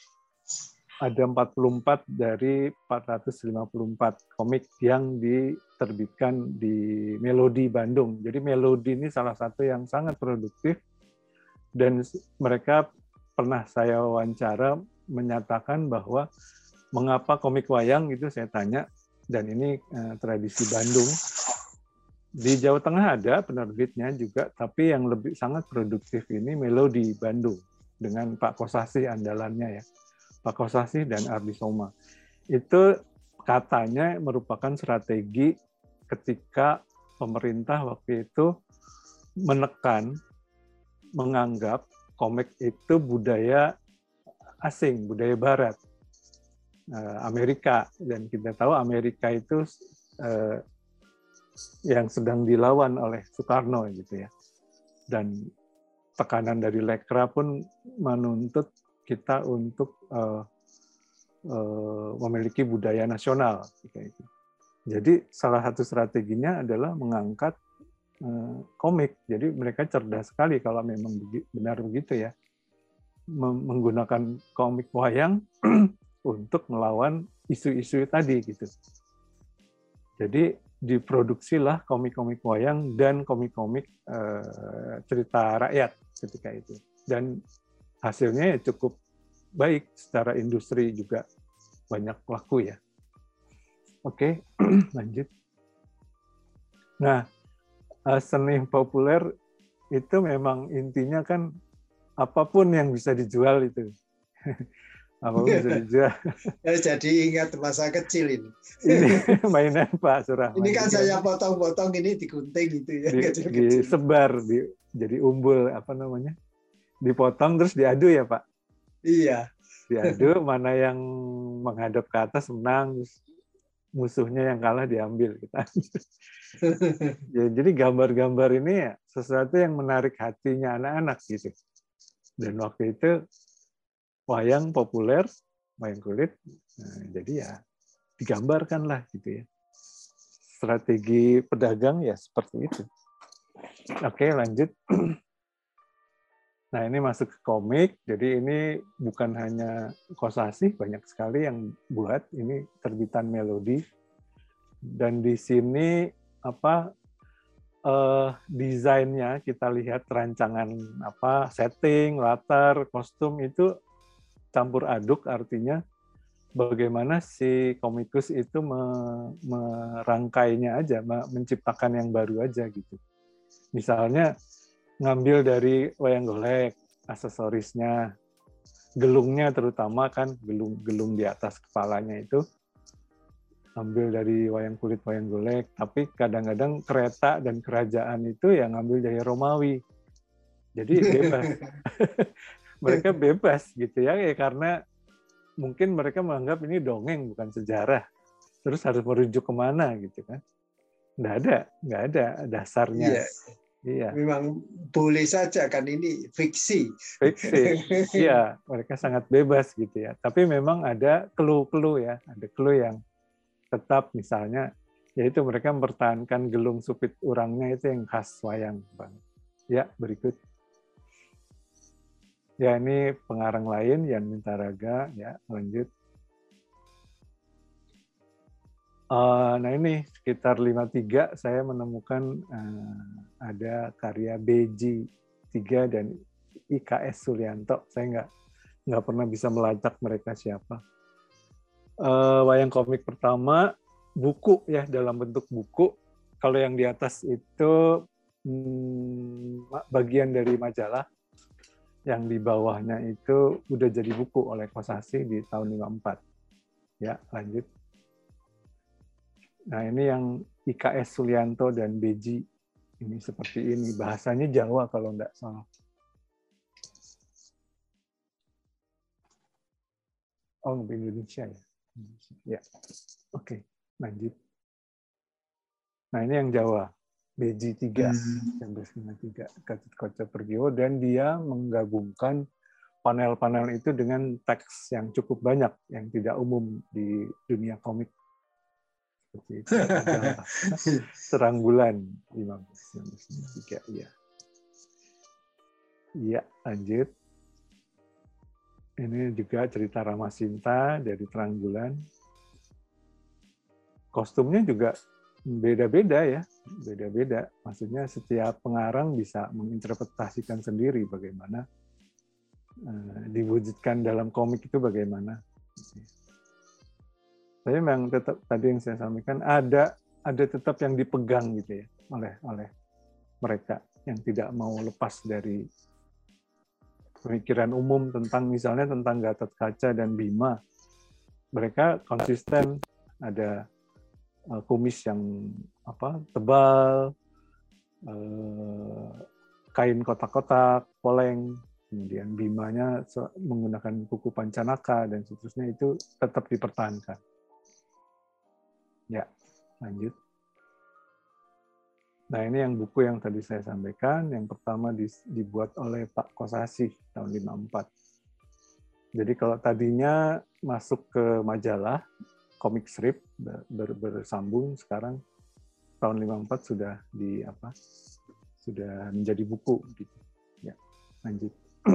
ada empat puluh empat dari empat ratus lima puluh empat komik yang diterbitkan di Melodi Bandung. Jadi Melodi ini salah satu yang sangat produktif dan mereka pernah saya wawancara menyatakan bahwa mengapa komik wayang itu saya tanya, dan ini eh, tradisi Bandung. Di Jawa Tengah ada penerbitnya juga, tapi yang lebih sangat produktif ini Melodi Bandung dengan Pak Kosasih andalannya ya, Pak Kosasih dan Ardi Soma. Itu katanya merupakan strategi ketika pemerintah waktu itu menekan, menganggap komik itu budaya asing, budaya Barat, Amerika, dan kita tahu Amerika itu eh, yang sedang dilawan oleh Soekarno gitu ya, dan tekanan dari Lekra pun menuntut kita untuk uh, uh, memiliki budaya nasional gitu. Jadi salah satu strateginya adalah mengangkat uh, komik. Jadi mereka cerdas sekali kalau memang benar begitu ya, menggunakan komik wayang untuk melawan isu-isu tadi gitu. Jadi diproduksilah komik-komik wayang dan komik-komik eh, cerita rakyat ketika itu. Dan hasilnya ya cukup baik, secara industri juga banyak laku ya. Oke, lanjut. Nah, seni populer itu memang intinya kan apapun yang bisa dijual itu. Apapun bisa dijual. Jadi ingat masa kecil ini. Ini mainan Pak Surahman. Ini kan saya potong-potong ini digunting gitu ya. Di, kecil-kecil. Disebar, di, jadi umbul apa namanya? Dipotong terus diadu ya Pak? Iya. Diadu, mana yang menghadap ke atas menang, musuhnya yang kalah diambil kita. Ya, jadi gambar-gambar ini ya sesuatu yang menarik hatinya anak-anak gitu. Dan waktu itu wayang populer, wayang kulit, nah, jadi ya digambarkan lah gitu ya. Strategi pedagang ya seperti itu. Oke, lanjut. Nah, ini masuk ke komik. Jadi ini bukan hanya Kosasih, banyak sekali yang buat. Ini terbitan Melodi. Dan di sini apa eh, desainnya kita lihat rancangan apa setting, latar, kostum itu campur aduk, artinya bagaimana si komikus itu merangkainya aja, menciptakan yang baru aja gitu. Misalnya ngambil dari wayang golek, aksesorisnya, gelungnya terutama kan, gelung-gelung di atas kepalanya itu, ambil dari wayang kulit wayang golek, tapi kadang-kadang kereta dan kerajaan itu yang ngambil dari Romawi. Jadi bebas. Mereka bebas gitu ya, ya, karena mungkin mereka menganggap ini dongeng bukan sejarah. Terus harus merujuk kemana gitu kan. nggak ada, nggak ada dasarnya. Iya. Iya. Memang boleh saja kan ini fiksi. Fiksi. Iya, mereka sangat bebas gitu ya. Tapi memang ada clue-clue ya, ada clue yang tetap misalnya yaitu mereka mempertahankan gelung supit urangnya itu yang khas wayang, Bang. Ya, berikut. Ya, ini pengarang lain Yan Mintaraga ya, lanjut. Uh, nah ini sekitar lima puluh tiga saya menemukan uh, ada karya B J tiga dan I K S Sulianto. Saya nggak nggak pernah bisa melacak mereka siapa. Uh, wayang komik pertama buku ya, dalam bentuk buku. Kalau yang di atas itu hmm, bagian dari majalah, yang di bawahnya itu udah jadi buku oleh Kosasih di tahun lima puluh empat. Ya, lanjut. Nah, ini yang I K S Sulianto dan B J. Ini seperti ini. Bahasanya Jawa kalau enggak salah. Oh, Indonesia ya. Ya. Oke, lanjut. Nah, ini yang Jawa. B J tiga. seribu sembilan ratus lima puluh tiga. Gatot Kaca Pergiwo. Dan dia menggabungkan panel-panel itu dengan teks yang cukup banyak, yang tidak umum di dunia komik. Seperti itu. Terang Bulan lima belas sembilan belas lima puluh tiga, ya. Iya, lanjut. Ini juga cerita Ramasinta dari Terang Bulan. Kostumnya juga beda-beda ya, beda-beda. Maksudnya setiap pengarang bisa menginterpretasikan sendiri bagaimana uh, diwujudkan dalam komik itu bagaimana. Tapi memang tetap tadi yang saya sampaikan ada ada tetap yang dipegang gitu ya oleh oleh mereka yang tidak mau lepas dari pemikiran umum tentang misalnya tentang Gatot Kaca dan Bima. Mereka konsisten, ada uh, kumis yang apa tebal, uh, kain kotak-kotak, poleng, kemudian Bimanya menggunakan kuku pancanaka dan seterusnya, itu tetap dipertahankan. Ya, lanjut. Nah, ini yang buku yang tadi saya sampaikan. Yang pertama dibuat oleh Pak Kosasih tahun lima puluh empat. Jadi kalau tadinya masuk ke majalah, komik strip ber, bersambung, sekarang tahun lima puluh empat sudah di apa? Sudah menjadi buku gitu. Ya, lanjut.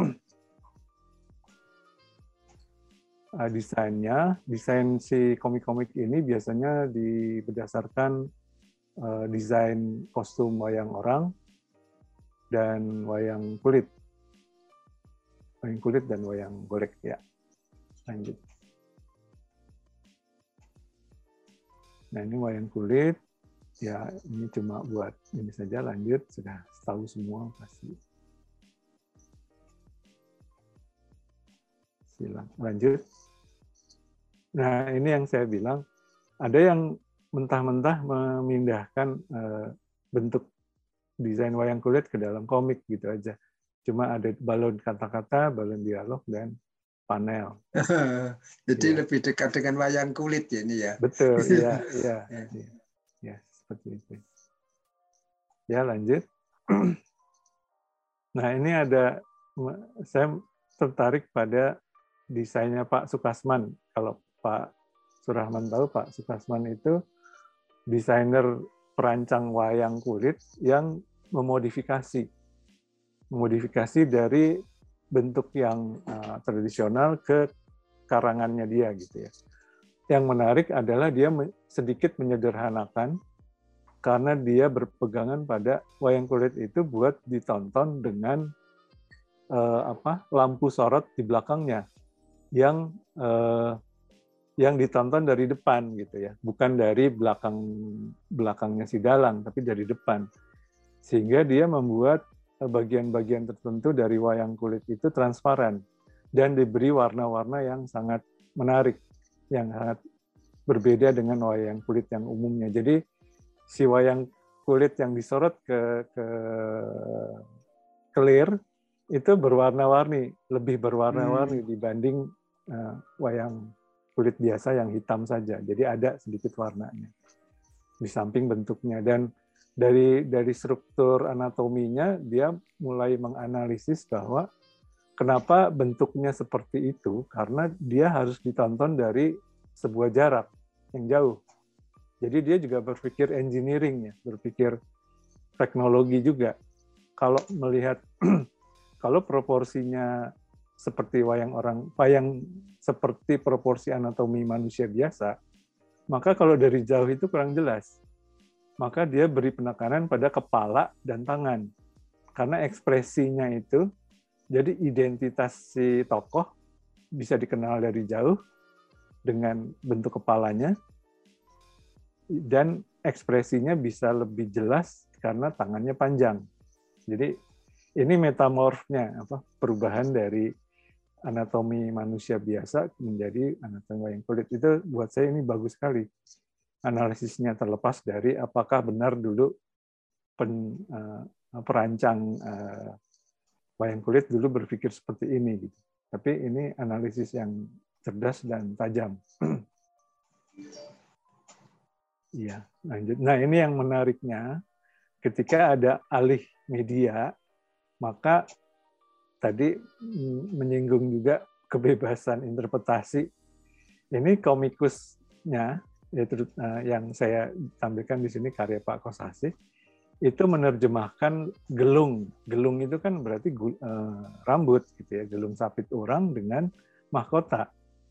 Uh, desainnya, desain si komik-komik ini biasanya di, berdasarkan uh, desain kostum wayang orang dan wayang kulit. Wayang kulit dan wayang golek, ya. Lanjut. Nah, ini wayang kulit. Ya, ini cuma buat ini saja, lanjut. Sudah tahu semua pasti. Silakan, lanjut. Nah, ini yang saya bilang, ada yang mentah-mentah memindahkan uh, bentuk desain wayang kulit ke dalam komik gitu aja. Cuma ada balon kata-kata, balon dialog, dan panel. Jadi ya. Lebih dekat dengan wayang kulit ya ini ya. Betul, iya, iya. Ya. Ya, seperti itu. Ya, lanjut. Nah, ini ada, saya tertarik pada desainnya Pak Sukasman. Kalau Pak Surahman tahu, Pak Sukasman itu desainer perancang wayang kulit yang memodifikasi. Memodifikasi dari bentuk yang uh, tradisional ke karangannya dia gitu ya. Yang menarik adalah dia sedikit menyederhanakan karena dia berpegangan pada wayang kulit itu buat ditonton dengan uh, apa? lampu sorot di belakangnya yang uh, yang ditonton dari depan gitu ya, bukan dari belakang belakangnya si dalang, tapi dari depan, sehingga dia membuat bagian-bagian tertentu dari wayang kulit itu transparan dan diberi warna-warna yang sangat menarik, yang sangat berbeda dengan wayang kulit yang umumnya. Jadi si wayang kulit yang disorot ke ke clear itu berwarna-warni, lebih berwarna-warni hmm. dibanding uh, wayang kulit biasa yang hitam saja. Jadi ada sedikit warnanya. di samping bentuknya. Dan dari dari struktur anatominya dia mulai menganalisis bahwa kenapa bentuknya seperti itu, karena dia harus ditonton dari sebuah jarak yang jauh. Jadi dia juga berpikir engineering-nya, berpikir teknologi juga. Kalau melihat kalau proporsinya seperti wayang orang, wayang seperti proporsi anatomi manusia biasa, maka kalau dari jauh itu kurang jelas. Maka dia beri penekanan pada kepala dan tangan. Karena ekspresinya itu, jadi identitas si tokoh bisa dikenal dari jauh dengan bentuk kepalanya, dan ekspresinya bisa lebih jelas karena tangannya panjang. Jadi ini metamorfnya, apa, perubahan dari anatomi manusia biasa menjadi anatomi wayang kulit. Itu buat saya ini bagus sekali. Analisisnya terlepas dari apakah benar dulu pen, uh, perancang uh, wayang kulit dulu berpikir seperti ini. Gitu. Tapi ini analisis yang cerdas dan tajam. Iya, lanjut. Nah ini yang menariknya, ketika ada alih media, maka tadi menyinggung juga kebebasan interpretasi. Ini komikusnya, yaitu yang saya tampilkan di sini karya Pak Kosasih, itu menerjemahkan gelung. Gelung itu kan berarti uh, rambut, gitu ya, gelung sapit orang dengan mahkota.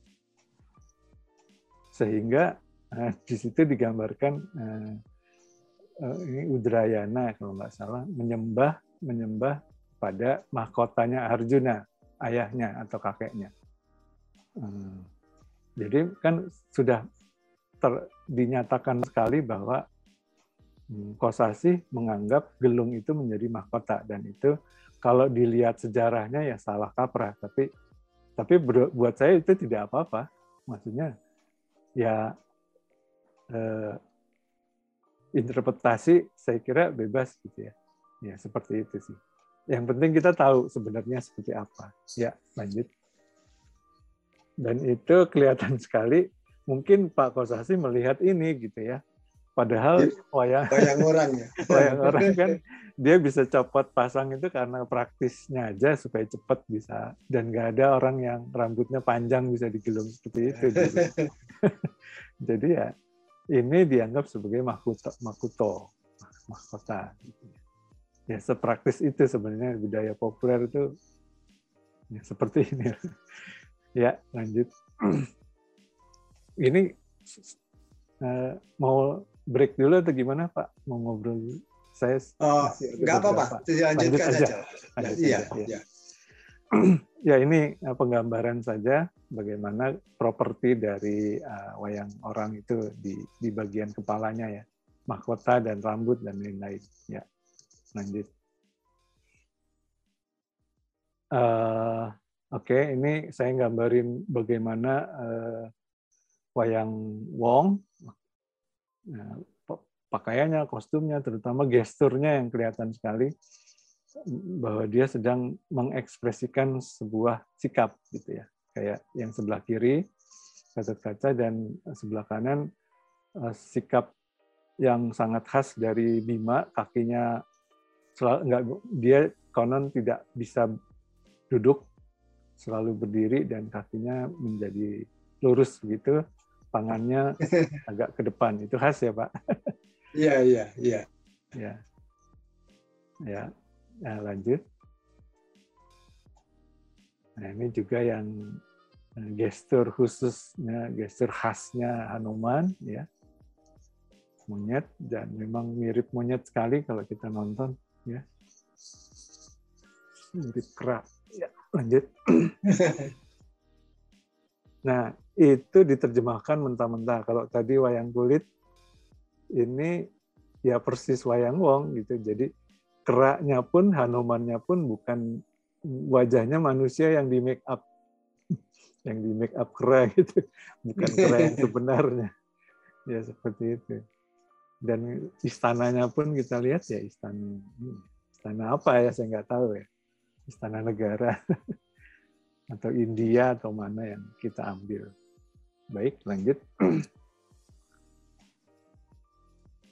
Sehingga uh, di situ digambarkan uh, uh, ini Udrayana kalau nggak salah menyembah menyembah pada mahkotanya Arjuna, ayahnya atau kakeknya. Hmm. Jadi kan sudah ter, dinyatakan sekali bahwa hmm, Kosasih menganggap gelung itu menjadi mahkota, dan itu kalau dilihat sejarahnya ya salah kaprah, tapi tapi buat saya itu tidak apa-apa. Maksudnya ya eh, interpretasi saya kira bebas gitu ya. Ya seperti itu sih. Yang penting kita tahu sebenarnya seperti apa. Ya, lanjut. Dan itu kelihatan sekali, mungkin Pak Kosasih melihat ini gitu ya. Padahal wayang, wayang orang ya. Wayang orang kan dia bisa copot pasang itu karena praktisnya aja supaya cepat bisa. Dan nggak ada orang yang rambutnya panjang bisa digelung seperti itu. Gitu. Jadi ya ini dianggap sebagai mahkuto, mahkuto mahkota. Gitu. Ya sepraktis itu sebenarnya budaya populer itu ya, seperti ini. Ya lanjut. Ini uh, mau break dulu atau gimana Pak? Mau ngobrol dulu? Saya oh, nggak apa-apa, lanjutkan Lanjut saja. Lanjut ya, saja, ya. Ya. Ya ini penggambaran saja bagaimana properti dari uh, wayang orang itu di, di bagian kepalanya ya, mahkota dan rambut dan lain-lain. Ya. Lanjut. Uh, Oke, okay, ini saya gambarin bagaimana uh, wayang wong, uh, pakaiannya, kostumnya, terutama gesturnya yang kelihatan sekali bahwa dia sedang mengekspresikan sebuah sikap, gitu ya. Kayak yang sebelah kiri Gatot Kaca dan sebelah kanan uh, sikap yang sangat khas dari Bima, kakinya selalu, enggak, dia konon tidak bisa duduk, selalu berdiri dan kakinya menjadi lurus begitu, tangannya agak ke depan. Itu khas ya Pak? Iya, iya, iya. Ya, ya. Nah, lanjut. Nah ini juga yang gestur khususnya, gestur khasnya Hanuman, ya. Monyet, dan memang mirip monyet sekali kalau kita nonton, ya. Mirip kera. Ya, lanjut. Nah, itu diterjemahkan mentah-mentah. Kalau tadi wayang kulit, ini ya persis wayang wong gitu. Jadi keraknya pun, Hanumannya pun bukan wajahnya manusia yang di make up, yang di make up kera gitu, bukan kera yang sebenarnya. Ya seperti itu. Dan istananya pun kita lihat ya istana, istana apa ya saya nggak tahu ya. Istana negara atau India atau mana yang kita ambil. Baik, lanjut.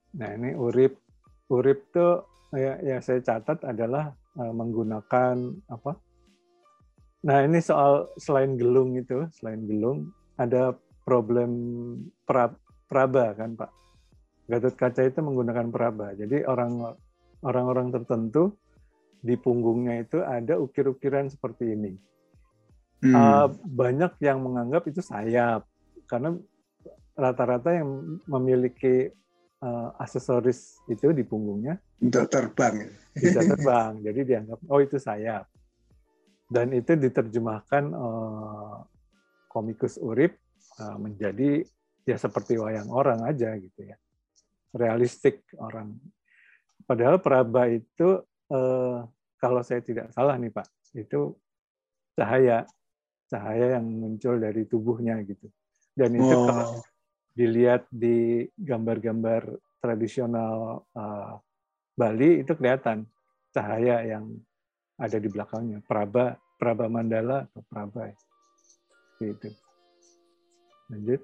Nah ini urip, urip tuh ya, ya saya catat adalah uh, menggunakan apa? Nah ini soal selain gelung itu, selain gelung ada problem pra, praba kan Pak. Gatot Kaca itu menggunakan praba. Jadi orang orang-orang tertentu di punggungnya itu ada ukir-ukiran seperti ini. Hmm. Uh, banyak yang menganggap itu sayap karena rata-rata yang memiliki uh, aksesoris itu di punggungnya untuk terbang bisa terbang, jadi dianggap oh itu sayap. Dan itu diterjemahkan uh, komikus urip uh, menjadi ya seperti wayang orang aja gitu ya, realistik orang. Padahal praba itu uh, kalau saya tidak salah nih Pak, itu cahaya, cahaya yang muncul dari tubuhnya gitu. Dan itu oh. kalau dilihat di gambar-gambar tradisional uh, Bali itu kelihatan cahaya yang ada di belakangnya, praba, praba mandala atau praba itu. Lanjut.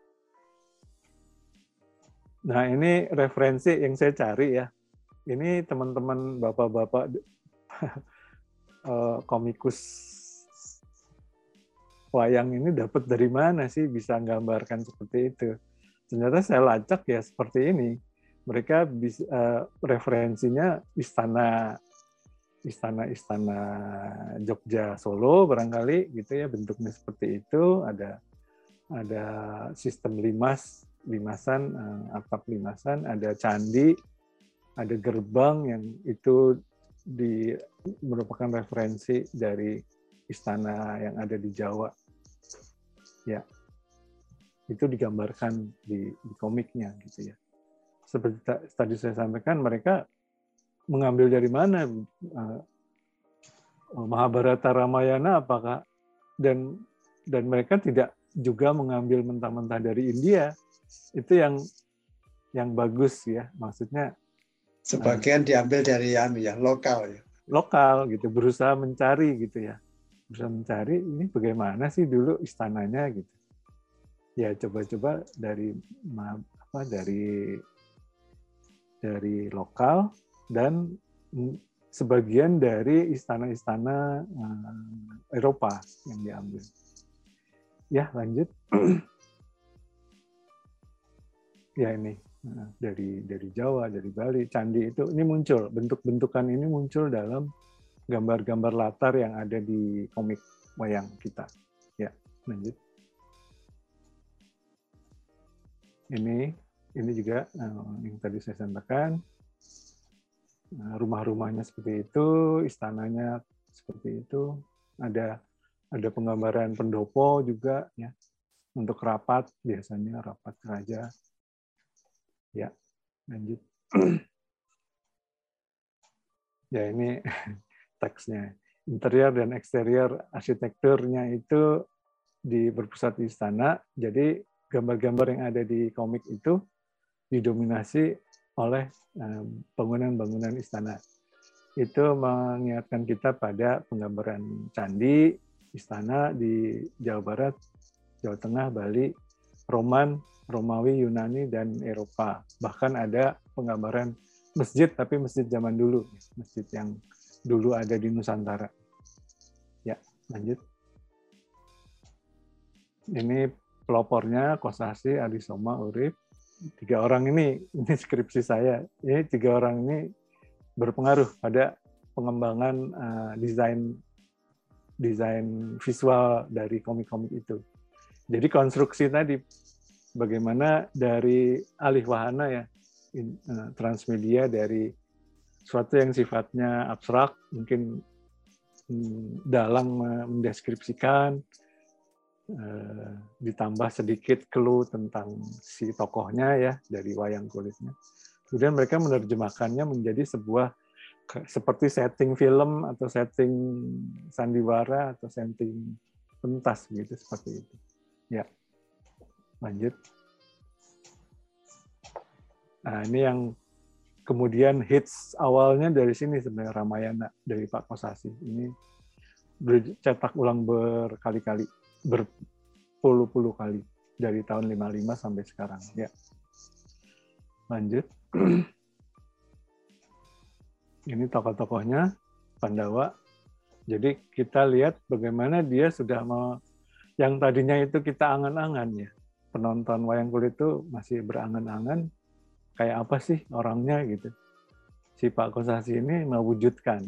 Nah ini referensi yang saya cari ya. Ini teman-teman bapak-bapak uh, komikus wayang ini dapat dari mana sih bisa gambarkan seperti itu? Ternyata saya lacak ya seperti ini. Mereka bisa uh, referensinya istana, istana-istana Jogja, Solo barangkali gitu ya, bentuknya seperti itu. Ada ada sistem limas, limasan, uh, atap limasan, ada candi, ada gerbang yang itu di merupakan referensi dari istana yang ada di Jawa. Ya, itu digambarkan di, di komiknya gitu ya. Seperti tadi saya sampaikan, mereka mengambil dari mana uh, Mahabharata Ramayana apakah dan dan mereka tidak juga mengambil mentah-mentah dari India. Itu yang yang bagus ya, maksudnya sebagian uh, diambil dari anu ya, lokal ya. Lokal gitu, berusaha mencari gitu ya. Berusaha mencari ini bagaimana sih dulu istananya gitu. Ya coba-coba dari apa dari dari lokal dan sebagian dari istana-istana uh, Eropa yang diambil. Ya lanjut. Ya ini uh, dari dari Jawa, dari Bali, candi itu ini muncul, bentuk-bentukan ini muncul dalam gambar-gambar latar yang ada di komik wayang kita. Ya lanjut. Ini ini juga uh, yang tadi saya sampaikan, uh, rumah-rumahnya seperti itu, istananya seperti itu, ada ada penggambaran pendopo juga ya untuk rapat, biasanya rapat raja. Ya lanjut. Ya ini teksnya, interior dan eksterior arsitekturnya itu di berpusat di istana, jadi gambar-gambar yang ada di komik itu didominasi oleh bangunan-bangunan istana. Itu mengingatkan kita pada penggambaran candi, istana di Jawa Barat, Jawa Tengah, Bali, Roman, Romawi, Yunani, dan Eropa. Bahkan ada penggambaran masjid, tapi masjid zaman dulu, masjid yang dulu ada di Nusantara. Ya, lanjut. Ini pelopornya Kosasih, Adisoma, Urip. Tiga orang ini, ini skripsi saya. Ini tiga orang ini berpengaruh pada pengembangan uh, desain desain visual dari komik-komik itu. Jadi konstruksi tadi, bagaimana dari alih wahana ya, in, uh, transmedia dari suatu yang sifatnya abstrak, mungkin um, dalang mendeskripsikan, Uh, ditambah sedikit clue tentang si tokohnya ya dari wayang kulitnya. Kemudian mereka menerjemahkannya menjadi sebuah seperti setting film atau setting sandiwara atau setting pentas gitu seperti itu. Ya, lanjut. Nah ini yang kemudian hits awalnya dari sini sebenarnya Ramayana dari Pak Kosasih. Ini dicetak ulang berkali-kali. Berpuluh-puluh kali dari tahun lima puluh lima sampai sekarang ya. Lanjut. Ini tokoh-tokohnya Pandawa. Jadi kita lihat bagaimana dia sudah mau, yang tadinya itu kita angan-angan ya, penonton wayang kulit itu masih berangan-angan kayak apa sih orangnya gitu. Si Pak Kosasi ini mewujudkan.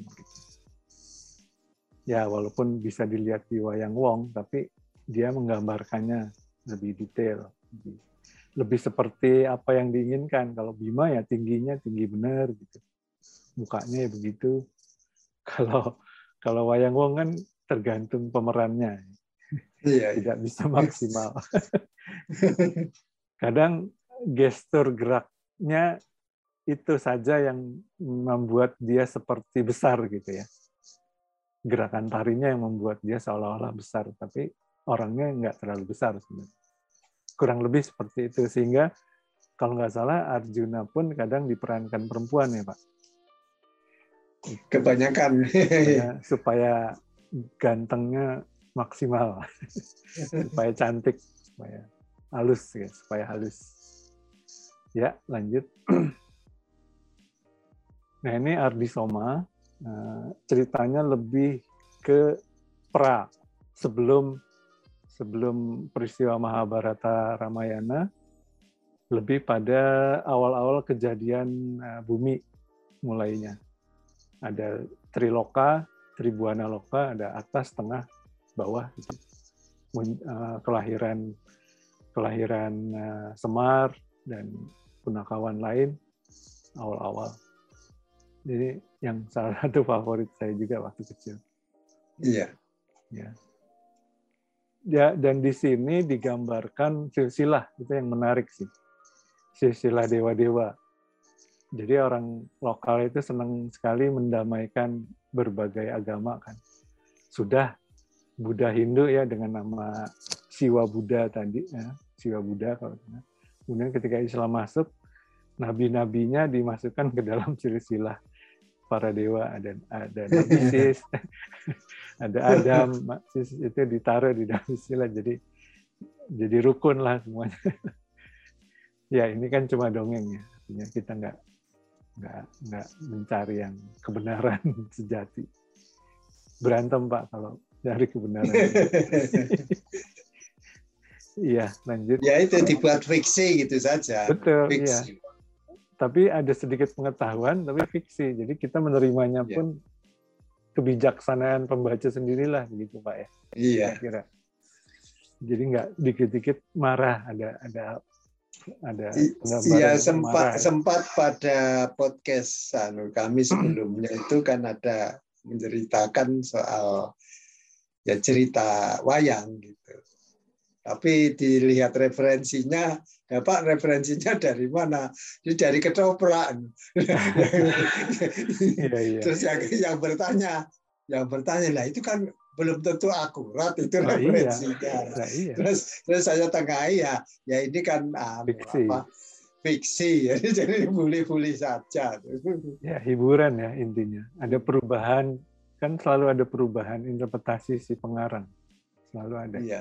Ya walaupun bisa dilihat di wayang Wong, tapi dia menggambarkannya lebih detail, lebih, lebih seperti apa yang diinginkan. Kalau Bima ya tingginya tinggi benar gitu, mukanya ya begitu. Kalau kalau wayang Wong kan tergantung pemerannya, Iya, tidak iya. bisa maksimal. Kadang gestur geraknya itu saja yang membuat dia seperti besar gitu ya. Gerakan tarinya yang membuat dia seolah-olah besar, tapi orangnya nggak terlalu besar sebenarnya. Kurang lebih seperti itu, sehingga kalau nggak salah Arjuna pun kadang diperankan perempuan ya Pak. Kebanyakan. Supaya, supaya gantengnya maksimal, supaya cantik, supaya halus ya, supaya halus. Ya lanjut. Nah ini Ardi Soma. Nah, ceritanya lebih ke pra, sebelum sebelum peristiwa Mahabharata Ramayana, lebih pada awal-awal kejadian uh, bumi mulainya. Ada Triloka, Tribuana Loka, ada atas, tengah, bawah. Gitu. Uh, kelahiran kelahiran uh, Semar dan punakawan lain awal-awal. Jadi yang salah satu favorit saya juga waktu kecil. Iya. Ya. Ya, dan di sini digambarkan silsilah, itu yang menarik sih. Silsilah dewa-dewa. Jadi orang lokal itu senang sekali mendamaikan berbagai agama kan. Sudah Buddha Hindu ya dengan nama Siwa Buddha tadi, ya. Siwa Buddha kalau kemudian ketika Islam masuk, nabi-nabinya dimasukkan ke dalam silsilah para dewa, ada ada Nabi Sis, ada Adam, Sis itu ditaruh di dalam silsilah, jadi jadi rukun lah semuanya. Ya ini kan cuma dongeng ya, artinya kita nggak nggak nggak mencari yang kebenaran sejati. Berantem Pak kalau cari kebenaran. Iya lanjut. Ya itu dibuat fiksi gitu saja. Betul, Fiksi. iya. Tapi ada sedikit pengetahuan, tapi fiksi. Jadi kita menerimanya pun ya. Kebijaksanaan pembaca sendirilah, begitu Pak ya. Iya. Kira-kira. Jadi nggak dikit-dikit marah, ada ada ada penggambaran Iya yang sempat marah. sempat pada podcast anu kami sebelumnya itu kan ada menceritakan soal ya cerita wayang gitu. Tapi dilihat referensinya, dapat referensinya dari mana? Jadi dari ketoprak. Iya, iya. Terus yang, yang bertanya, yang bertanya lah itu kan belum tentu akurat itu oh, referensinya. Iya. Nah, iya. Terus terus saya tengahi ya, ya ini kan anu, fiksi. apa? Fiksi, jadi boleh-boleh saja. Ya hiburan ya intinya. Ada perubahan, kan selalu ada perubahan interpretasi si pengarang, selalu ada. Iya.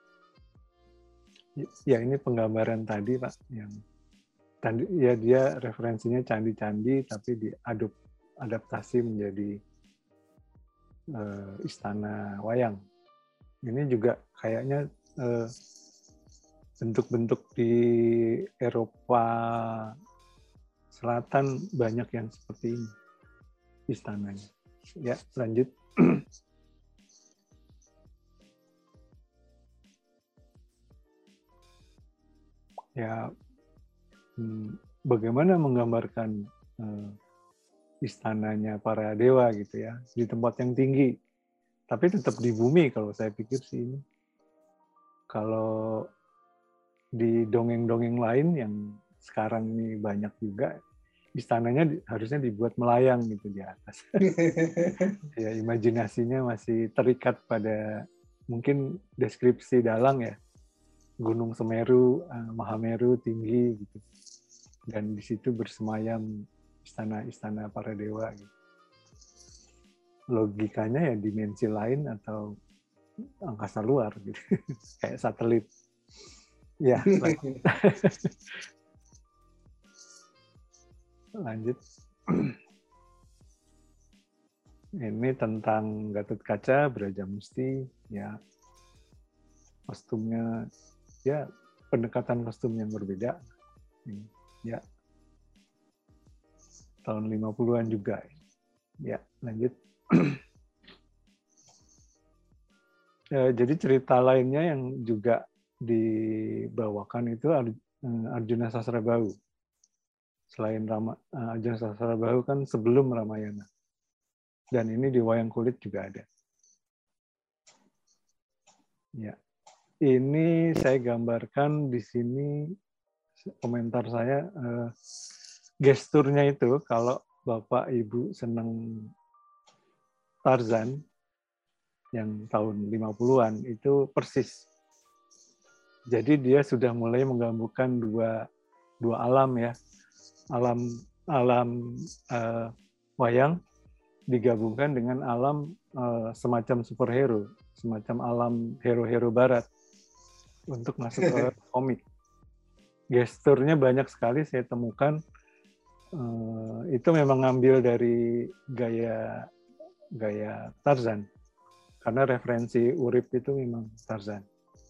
Ya ini penggambaran tadi Pak, yang tadi ya dia referensinya candi-candi tapi diadaptasi menjadi uh, istana wayang. Ini juga kayaknya uh, bentuk-bentuk di Eropa Selatan banyak yang seperti ini istananya. Ya lanjut. Ya bagaimana menggambarkan uh, istananya para dewa gitu ya di tempat yang tinggi tapi tetap di bumi kalau saya pikir sih ini. Kalau di dongeng-dongeng lain yang sekarang ini banyak juga istananya harusnya dibuat melayang gitu di atas. Ya imajinasinya masih terikat pada mungkin deskripsi dalang ya. Gunung Semeru, Mahameru tinggi gitu, dan di situ bersemayam istana-istana para dewa. Gitu. Logikanya ya dimensi lain atau angkasa luar, gitu, kayak satelit. Ya. lanjut. Ini tentang Gatot Kaca, Brajamusti, ya kostumnya, ya pendekatan kostum yang berbeda, ya tahun lima puluhan juga, ya lanjut. Ya, jadi cerita lainnya yang juga dibawakan itu Arjuna Sasrabahu. Selain Rama, Arjuna Sasrabahu kan sebelum Ramayana. Dan ini di wayang kulit juga ada. Ya, ini saya gambarkan di sini komentar saya eh, gesturnya itu kalau Bapak Ibu senang Tarzan yang tahun lima puluhan itu persis. Jadi dia sudah mulai menggabungkan dua dua alam ya, alam alam eh, wayang digabungkan dengan alam uh, semacam superhero, semacam alam hero-hero barat untuk masuk ke komik. Gesturnya banyak sekali saya temukan, uh, itu memang ngambil dari gaya gaya Tarzan, karena referensi Urip itu memang Tarzan.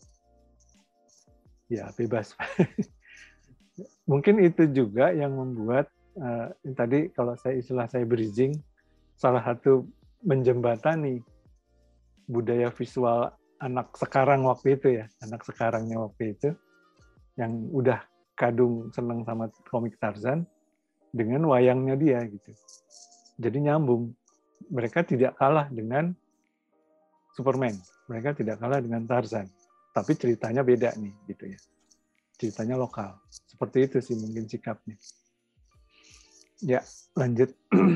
Ya bebas. Mungkin itu juga yang membuat uh, tadi kalau saya istilah saya bridging, salah satu menjembatani budaya visual anak sekarang waktu itu ya, anak sekarangnya waktu itu, yang udah kadung seneng sama komik Tarzan, dengan wayangnya dia gitu. Jadi nyambung. Mereka tidak kalah dengan Superman, mereka tidak kalah dengan Tarzan, tapi ceritanya beda nih gitu ya. Ceritanya lokal. Seperti itu sih mungkin sikapnya. Ya, lanjut.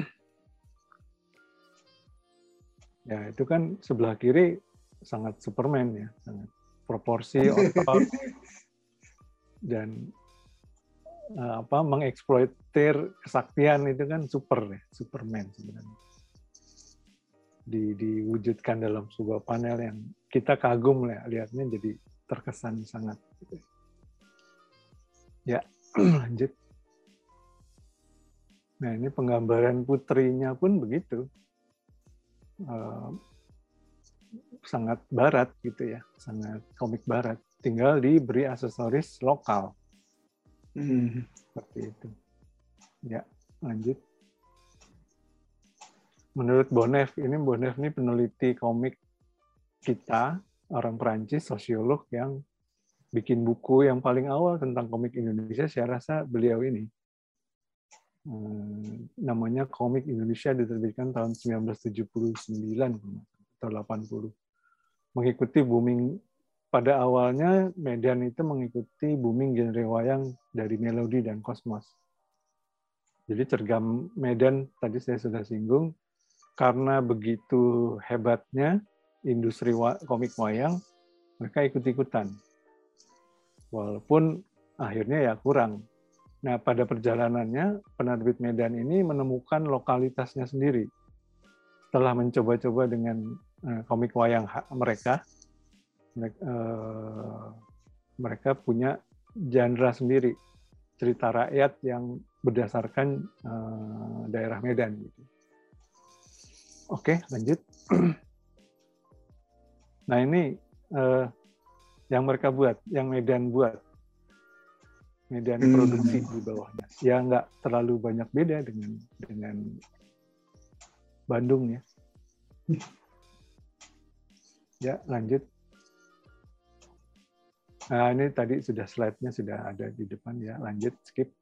Ya, itu kan sebelah kiri sangat Superman ya, sangat proporsi otot dan uh, apa mengeksploitir kesaktian itu kan super ya, Superman sebenarnya. Di, diwujudkan dalam sebuah panel yang kita kagum lah, lihatnya jadi terkesan sangat. Gitu. Ya, lanjut. Nah, ini penggambaran putrinya pun begitu. Uh, sangat barat gitu ya, sangat komik barat. Tinggal diberi aksesoris lokal. Hmm. Seperti itu. Ya, lanjut. Menurut Bonnef, ini Bonnef ini peneliti komik kita, orang Perancis, sosiolog yang bikin buku yang paling awal tentang komik Indonesia, saya rasa beliau ini. Hmm, namanya Komik Indonesia, diterbitkan tahun sembilan belas tujuh puluh sembilan atau delapan puluh. Mengikuti booming, pada awalnya Medan itu mengikuti booming genre wayang dari Melodi dan Kosmos. Jadi cergam Medan tadi saya sudah singgung, karena begitu hebatnya industri komik wayang, mereka ikut-ikutan. Walaupun akhirnya ya kurang. Nah, pada perjalanannya, penerbit Medan ini menemukan lokalitasnya sendiri. Setelah mencoba-coba dengan uh, komik wayang mereka, mereka, uh, mereka punya genre sendiri, cerita rakyat yang berdasarkan uh, daerah Medan. Gitu. Oke, lanjut. Nah, ini uh, yang mereka buat, yang Medan buat. Medan produksi di bawahnya. Ya nggak terlalu banyak beda dengan dengan Bandung ya. Ya, lanjut. Nah, ini tadi sudah slide-nya sudah ada di depan ya. Lanjut, skip.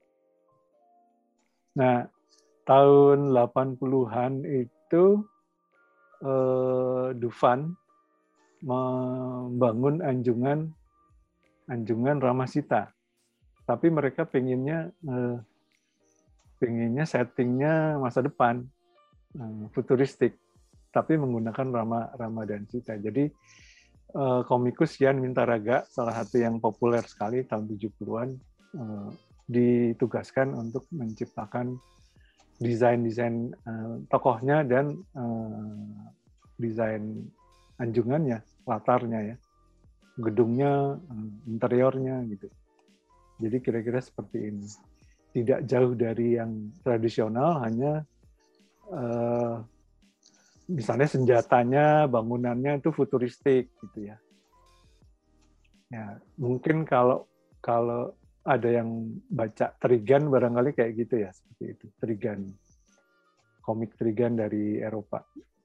Nah, tahun delapan puluhan itu eh, Dufan membangun anjungan anjungan Ramasita. Tapi mereka pengennya eh, pengennya settingnya masa depan, eh, futuristik, tapi menggunakan Rama Rama dan Sita. Jadi eh, komikus Yan Mintaraga, salah satu yang populer sekali tahun tujuh puluhan, eh, ditugaskan untuk menciptakan desain-desain eh, tokohnya dan eh, desain anjungannya, latarnya ya, gedungnya, eh, interiornya gitu. Jadi kira-kira seperti ini. tidak jauh dari yang tradisional, hanya uh, misalnya senjatanya, bangunannya itu futuristik gitu ya. Ya, mungkin kalau kalau ada yang baca Trigan barangkali kayak gitu ya, seperti itu. Trigan, komik Trigan dari Eropa.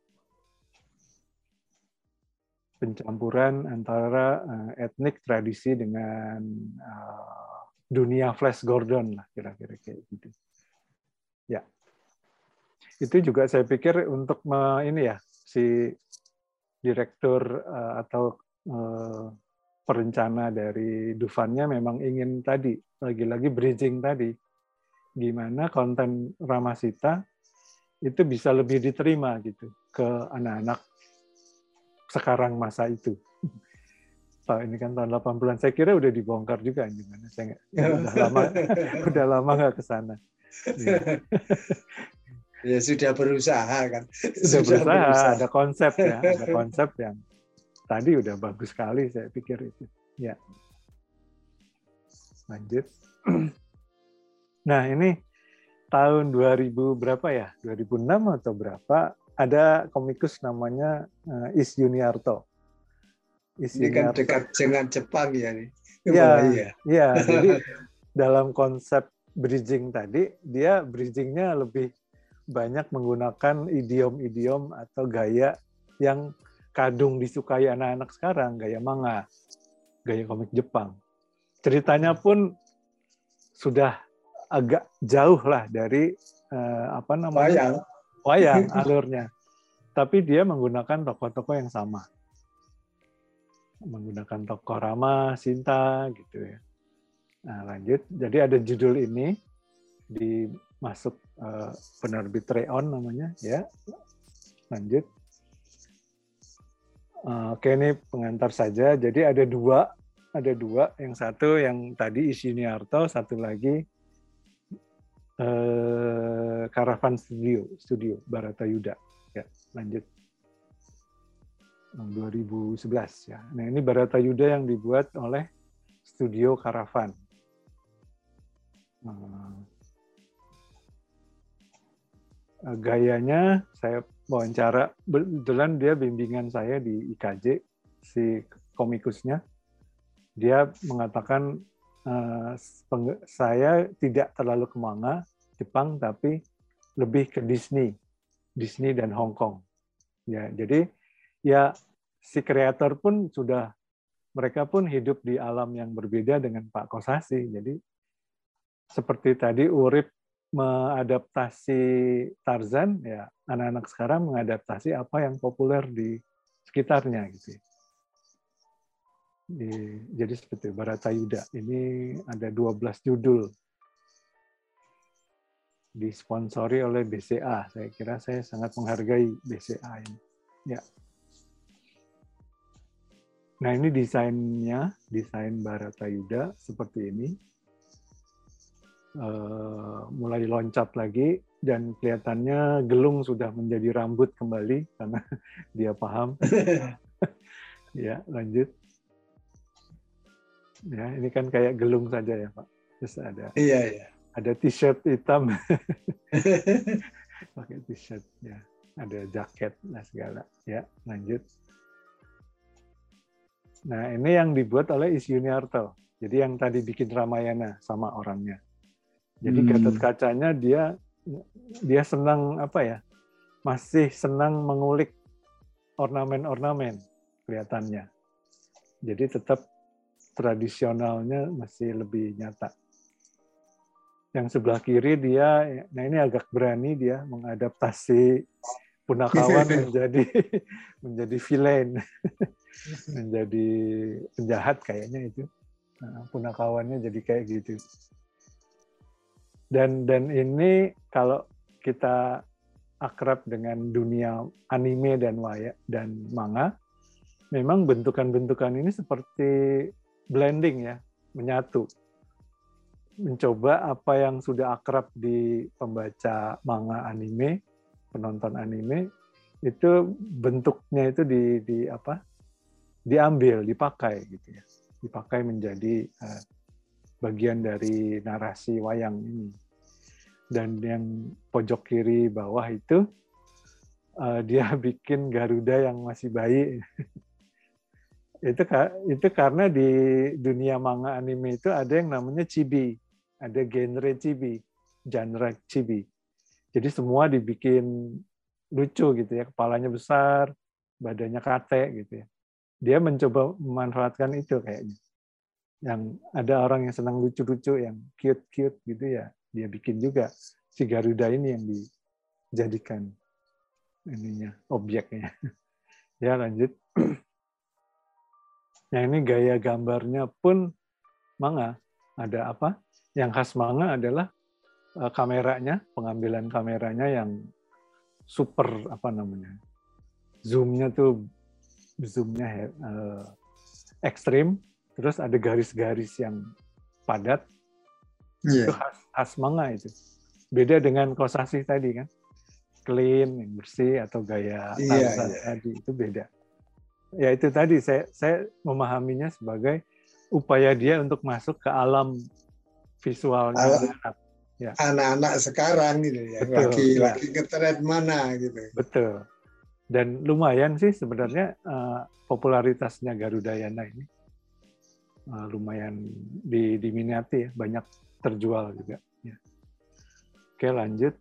Pencampuran antara uh, etnik tradisi dengan uh, dunia Flash Gordon lah, kira-kira kayak gitu. Ya, itu juga saya pikir untuk me, ini ya si direktur uh, atau uh, perencana dari Dufan-nya memang ingin tadi lagi-lagi bridging tadi, gimana konten Ramasita itu bisa lebih diterima gitu ke anak-anak sekarang masa itu. Pak, ini kan tahun delapan puluhan, saya kira udah dibongkar juga gimana, saya nggak, udah lama udah lama nggak ke sana. Ya. Ya sudah berusaha kan. Sudah, sudah berusaha, berusaha, ada konsep ya, ada konsep yang tadi udah bagus sekali saya pikir itu. Ya. Lanjut. Nah, ini tahun dua ribu berapa ya? dua ribu enam atau berapa? Ada komikus namanya uh, Is Yuniarto. Is Ini kan Yuniarto. Dekat dengan Jepang ya nih. Iya, iya. Ya, jadi dalam konsep bridging tadi, dia bridgingnya lebih banyak menggunakan idiom-idiom atau gaya yang kadung disukai anak-anak sekarang, gaya manga, gaya komik Jepang. Ceritanya pun sudah agak jauh lah dari eh, apa namanya wayang, wayang alurnya, tapi dia menggunakan tokoh-tokoh yang sama, menggunakan tokoh Rama, Sinta gitu ya. Nah lanjut, jadi ada judul ini di masuk uh, penerbit Reon namanya ya. Lanjut. Uh, Oke, ini pengantar saja. Jadi ada dua, ada dua. Yang satu yang tadi Is Yuniarto, satu lagi uh, Caravan Studio, Studio Baratayuda. Ya, lanjut. dua ribu sebelas ya. Nah ini Baratayuda yang dibuat oleh Studio Caravan. Uh, Gayanya saya wawancara, kebetulan dia bimbingan saya di I K J, si komikusnya. Dia mengatakan uh, saya tidak terlalu ke manga Jepang, tapi lebih ke Disney, Disney dan Hong Kong. Ya, jadi ya si kreator pun sudah, mereka pun hidup di alam yang berbeda dengan Pak Kosasi. Jadi seperti tadi Urip mengadaptasi Tarzan, ya anak-anak sekarang mengadaptasi apa yang populer di sekitarnya gitu. Di, jadi seperti Baratayuda ini ada dua belas judul, disponsori oleh B C A. Saya kira saya sangat menghargai B C A ini. Ya. Nah ini desainnya, desain Baratayuda seperti ini. Uh, mulai loncat lagi dan kelihatannya Gelung sudah menjadi rambut kembali karena dia paham. Ya, lanjut. Ya, ini kan kayak Gelung saja ya, Pak. Terus ada iya, iya. Ada t-shirt hitam. Pakai t-shirt ya. Ada jaket lah segala. Ya, lanjut. Nah, ini yang dibuat oleh Is Yuniarto. Jadi yang tadi bikin Ramayana sama orangnya. Jadi hmm. Gatot Kacanya dia dia senang apa ya? Masih senang mengulik ornamen-ornamen kelihatannya. Jadi tetap tradisionalnya masih lebih nyata. Yang sebelah kiri dia, nah ini agak berani dia mengadaptasi Punakawan menjadi menjadi villain, menjadi penjahat kayaknya itu. Nah, Punakawannya jadi kayak gitu. Dan dan ini kalau kita akrab dengan dunia anime dan waya dan manga, memang bentukan-bentukan ini seperti blending ya, menyatu. Mencoba apa yang sudah akrab di pembaca manga anime, penonton anime, itu bentuknya itu di, di apa? diambil, dipakai gitu ya. Dipakai menjadi uh, bagian dari narasi wayang ini. Dan yang pojok kiri bawah itu uh, dia bikin Garuda yang masih bayi. itu itu karena di dunia manga anime itu ada yang namanya chibi, ada genre chibi, genre chibi. Jadi semua dibikin lucu gitu ya, kepalanya besar, badannya kate gitu ya. Dia mencoba memanfaatkan itu kayaknya. Yang ada orang yang senang lucu-lucu, yang cute-cute gitu ya, dia bikin juga si Garuda ini yang dijadikan ininya, objeknya. Ya lanjut. Nah ini gaya gambarnya pun manga. Ada apa? Yang khas manga adalah uh, kameranya, pengambilan kameranya yang super apa namanya, zoomnya tuh zoomnya uh, ekstrim. Terus ada garis-garis yang padat, yeah. Itu khas, khas manga itu. Beda dengan Kosasih tadi kan, clean, yang bersih atau gaya Tarzan yeah, yeah. tadi itu beda. Ya itu tadi saya saya memahaminya sebagai upaya dia untuk masuk ke alam visualnya anak-anak. Ya. Anak-anak sekarang gitu ya, betul, lagi ya. lagi ngetren mana gitu. Betul. Dan lumayan sih sebenarnya uh, popularitasnya Garudayana ini. Uh, lumayan di, diminati ya, banyak terjual juga. Ya. Oke lanjut.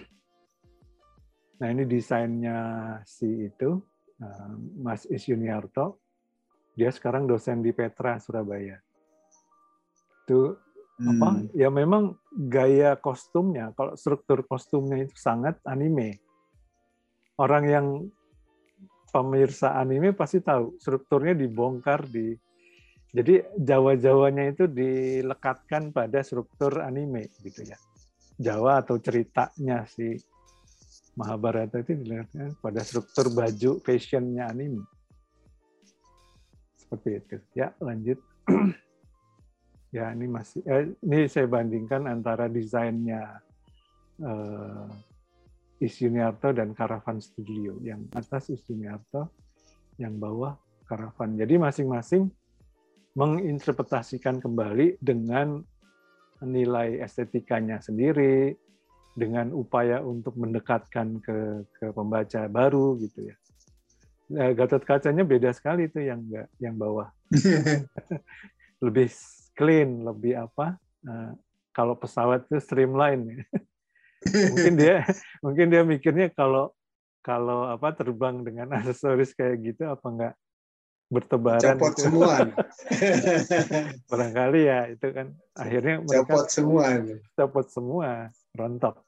Nah ini desainnya si itu uh, Mas Is Yuniarto. Dia sekarang dosen di Petra Surabaya. Itu hmm. apa? Ya memang gaya kostumnya, kalau struktur kostumnya itu sangat anime. Orang yang pemirsa anime pasti tahu strukturnya dibongkar di. Jadi Jawa-Jawanya itu dilekatkan pada struktur anime gitu ya. Jawa atau ceritanya si Mahabharata itu dilekatkan pada struktur baju fashionnya anime. Seperti itu. Ya, lanjut. Ya, ini masih eh, ini saya bandingkan antara desainnya eh, Is Yuniarto dan Caravan Studio. Yang atas Is Yuniarto, yang bawah Caravan. Jadi masing-masing menginterpretasikan kembali dengan nilai estetikanya sendiri, dengan upaya untuk mendekatkan ke, ke pembaca baru gitu ya. Nah, Gatot Kacanya beda sekali itu yang enggak, yang bawah. Lebih clean, lebih apa? Uh, kalau pesawat itu streamline. mungkin dia mungkin dia mikirnya kalau kalau apa terbang dengan aksesoris kayak gitu apa enggak bertebaran copot itu. Semua. Barangkali ya itu kan akhirnya mereka copot semua. Copot semua, rontok.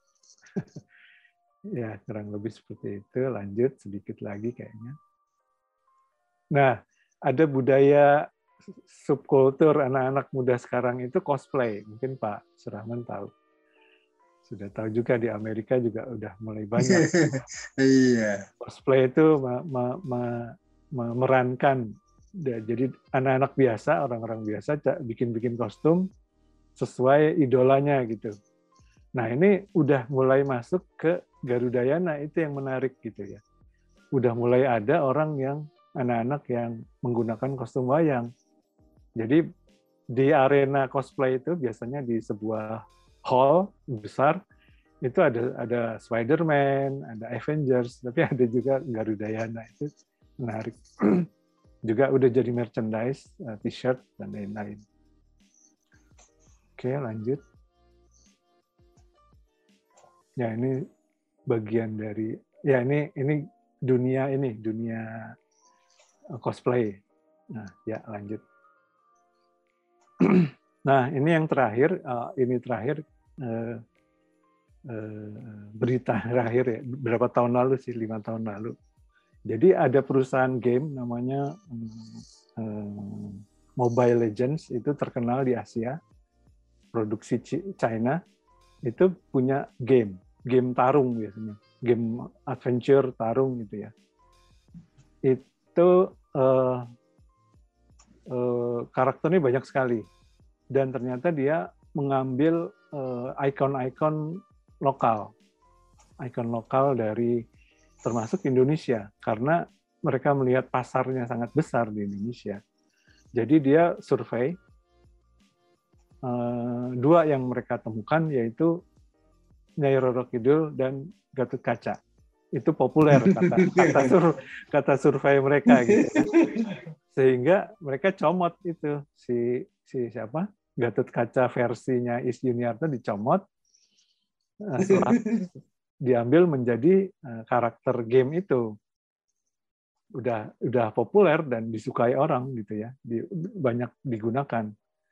Ya, kurang lebih seperti itu. Lanjut sedikit lagi kayaknya. Nah, ada budaya subkultur anak-anak muda sekarang itu cosplay. Mungkin Pak Surahman tahu. Sudah tahu juga di Amerika juga udah mulai banyak. Iya. Cosplay itu me- me- me- memerankan. Jadi anak-anak biasa, orang-orang biasa bikin-bikin kostum sesuai idolanya gitu. Nah ini udah mulai masuk ke Garudayana, itu yang menarik gitu ya. Udah mulai ada orang yang anak-anak yang menggunakan kostum wayang. Jadi di arena cosplay itu biasanya di sebuah hall besar itu ada ada Spider-Man, ada Avengers, tapi ada juga Garudayana, itu menarik. Juga udah jadi merchandise, t-shirt dan lain-lain. Oke, lanjut. Ya ini bagian dari ya ini ini dunia ini dunia cosplay. Nah ya lanjut. Nah ini yang terakhir uh, ini terakhir uh, uh, berita terakhir ya berapa tahun lalu sih lima tahun lalu. Jadi ada perusahaan game namanya um, Mobile Legends itu terkenal di Asia, produksi China. Itu punya game, game tarung biasanya, game adventure tarung gitu ya. Itu uh, uh, karakternya banyak sekali dan ternyata dia mengambil uh, ikon-ikon lokal, ikon lokal dari termasuk Indonesia karena mereka melihat pasarnya sangat besar di Indonesia. Jadi dia survei. Uh, dua yang mereka temukan yaitu Nyai Roro Kidul dan Gatot Kaca. Itu populer kata kata, sur, kata survei mereka gitu. Sehingga mereka comot itu si si siapa? Gatot Kaca versinya Is Yuniarto dicomot, setelah diambil menjadi karakter game itu. Udah udah populer dan disukai orang gitu ya, di, banyak digunakan.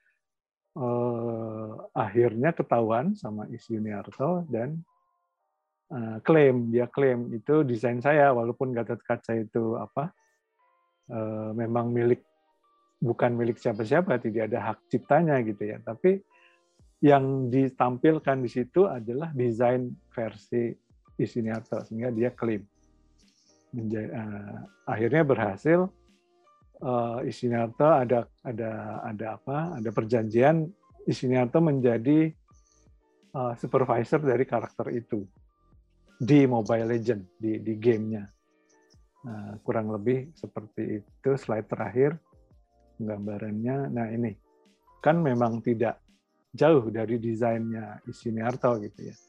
Eh, akhirnya ketahuan sama Is Yuniarto dan uh, klaim dia klaim itu desain saya, walaupun Gatot Kaca itu apa uh, memang milik bukan milik siapa-siapa, tidak ada hak ciptanya gitu ya, tapi yang ditampilkan di situ adalah desain versi Is Yuniarto, sehingga dia klaim. Menjadi, uh, akhirnya berhasil. Uh, Is Yuniarto ada ada ada apa? Ada perjanjian Is Yuniarto menjadi uh, supervisor dari karakter itu di Mobile Legends, di di gamenya. Nah, kurang lebih seperti itu. Slide terakhir gambarannya. Nah ini kan memang tidak jauh dari desainnya Is Yuniarto gitu ya.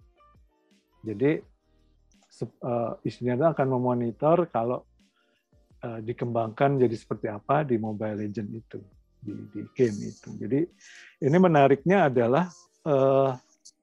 Jadi uh, Is Yuniarto akan memonitor kalau dikembangkan jadi seperti apa di Mobile Legends itu, di, di game itu. Jadi ini menariknya adalah uh,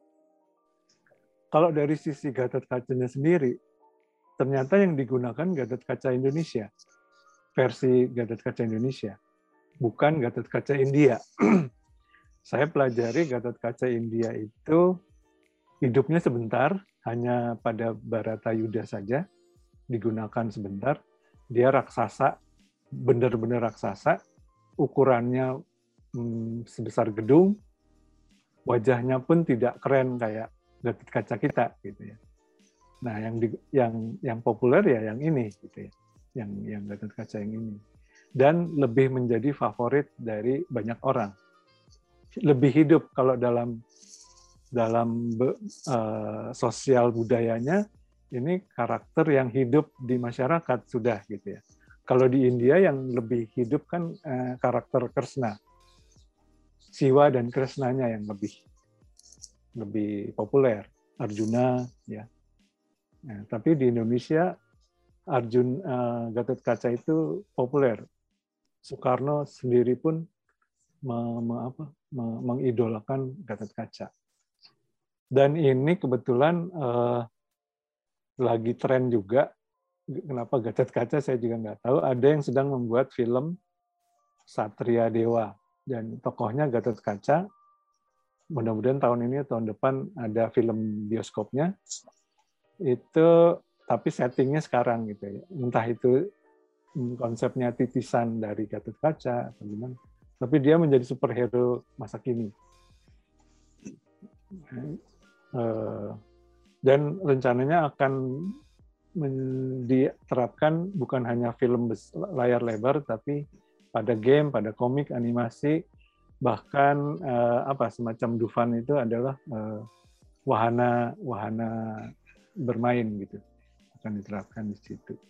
kalau dari sisi Gatot Kacanya sendiri, ternyata yang digunakan Gatot Kaca Indonesia, versi Gatot Kaca Indonesia, bukan Gatot Kaca India. Saya pelajari Gatot Kaca India itu hidupnya sebentar, hanya pada Bharatayuda saja, digunakan sebentar. Dia raksasa, benar-benar raksasa, ukurannya hmm, sebesar gedung, wajahnya pun tidak keren kayak Gatot Kaca kita, gitu ya. Nah, yang di, yang yang populer ya yang ini, gitu ya, yang yang Gatot Kaca yang ini, dan lebih menjadi favorit dari banyak orang. Lebih hidup kalau dalam dalam uh, sosial budayanya. Ini karakter yang hidup di masyarakat sudah gitu ya. Kalau di India yang lebih hidup kan eh, karakter Krishna, Siwa dan Krishnanya yang lebih lebih populer, Arjuna ya. Nah, tapi di Indonesia Arjun eh, Gatot Kaca itu populer. Soekarno sendiri pun me, me, apa, me, mengidolakan Gatot Kaca. Dan ini kebetulan eh, lagi tren juga. Kenapa Gatot Kaca saya juga nggak tahu. Ada yang sedang membuat film Satria Dewa dan tokohnya Gatot Kaca. Mudah-mudahan tahun ini atau tahun depan ada film bioskopnya. Itu tapi settingnya sekarang gitu ya. Entah itu konsepnya titisan dari Gatot Kaca atau gimana. Tapi dia menjadi superhero masa kini. Uh, Dan rencananya akan diterapkan bukan hanya film layar lebar, tapi pada game, pada komik, animasi, bahkan eh, apa semacam Dufan itu adalah eh, wahana wahana bermain gitu, akan diterapkan di situ.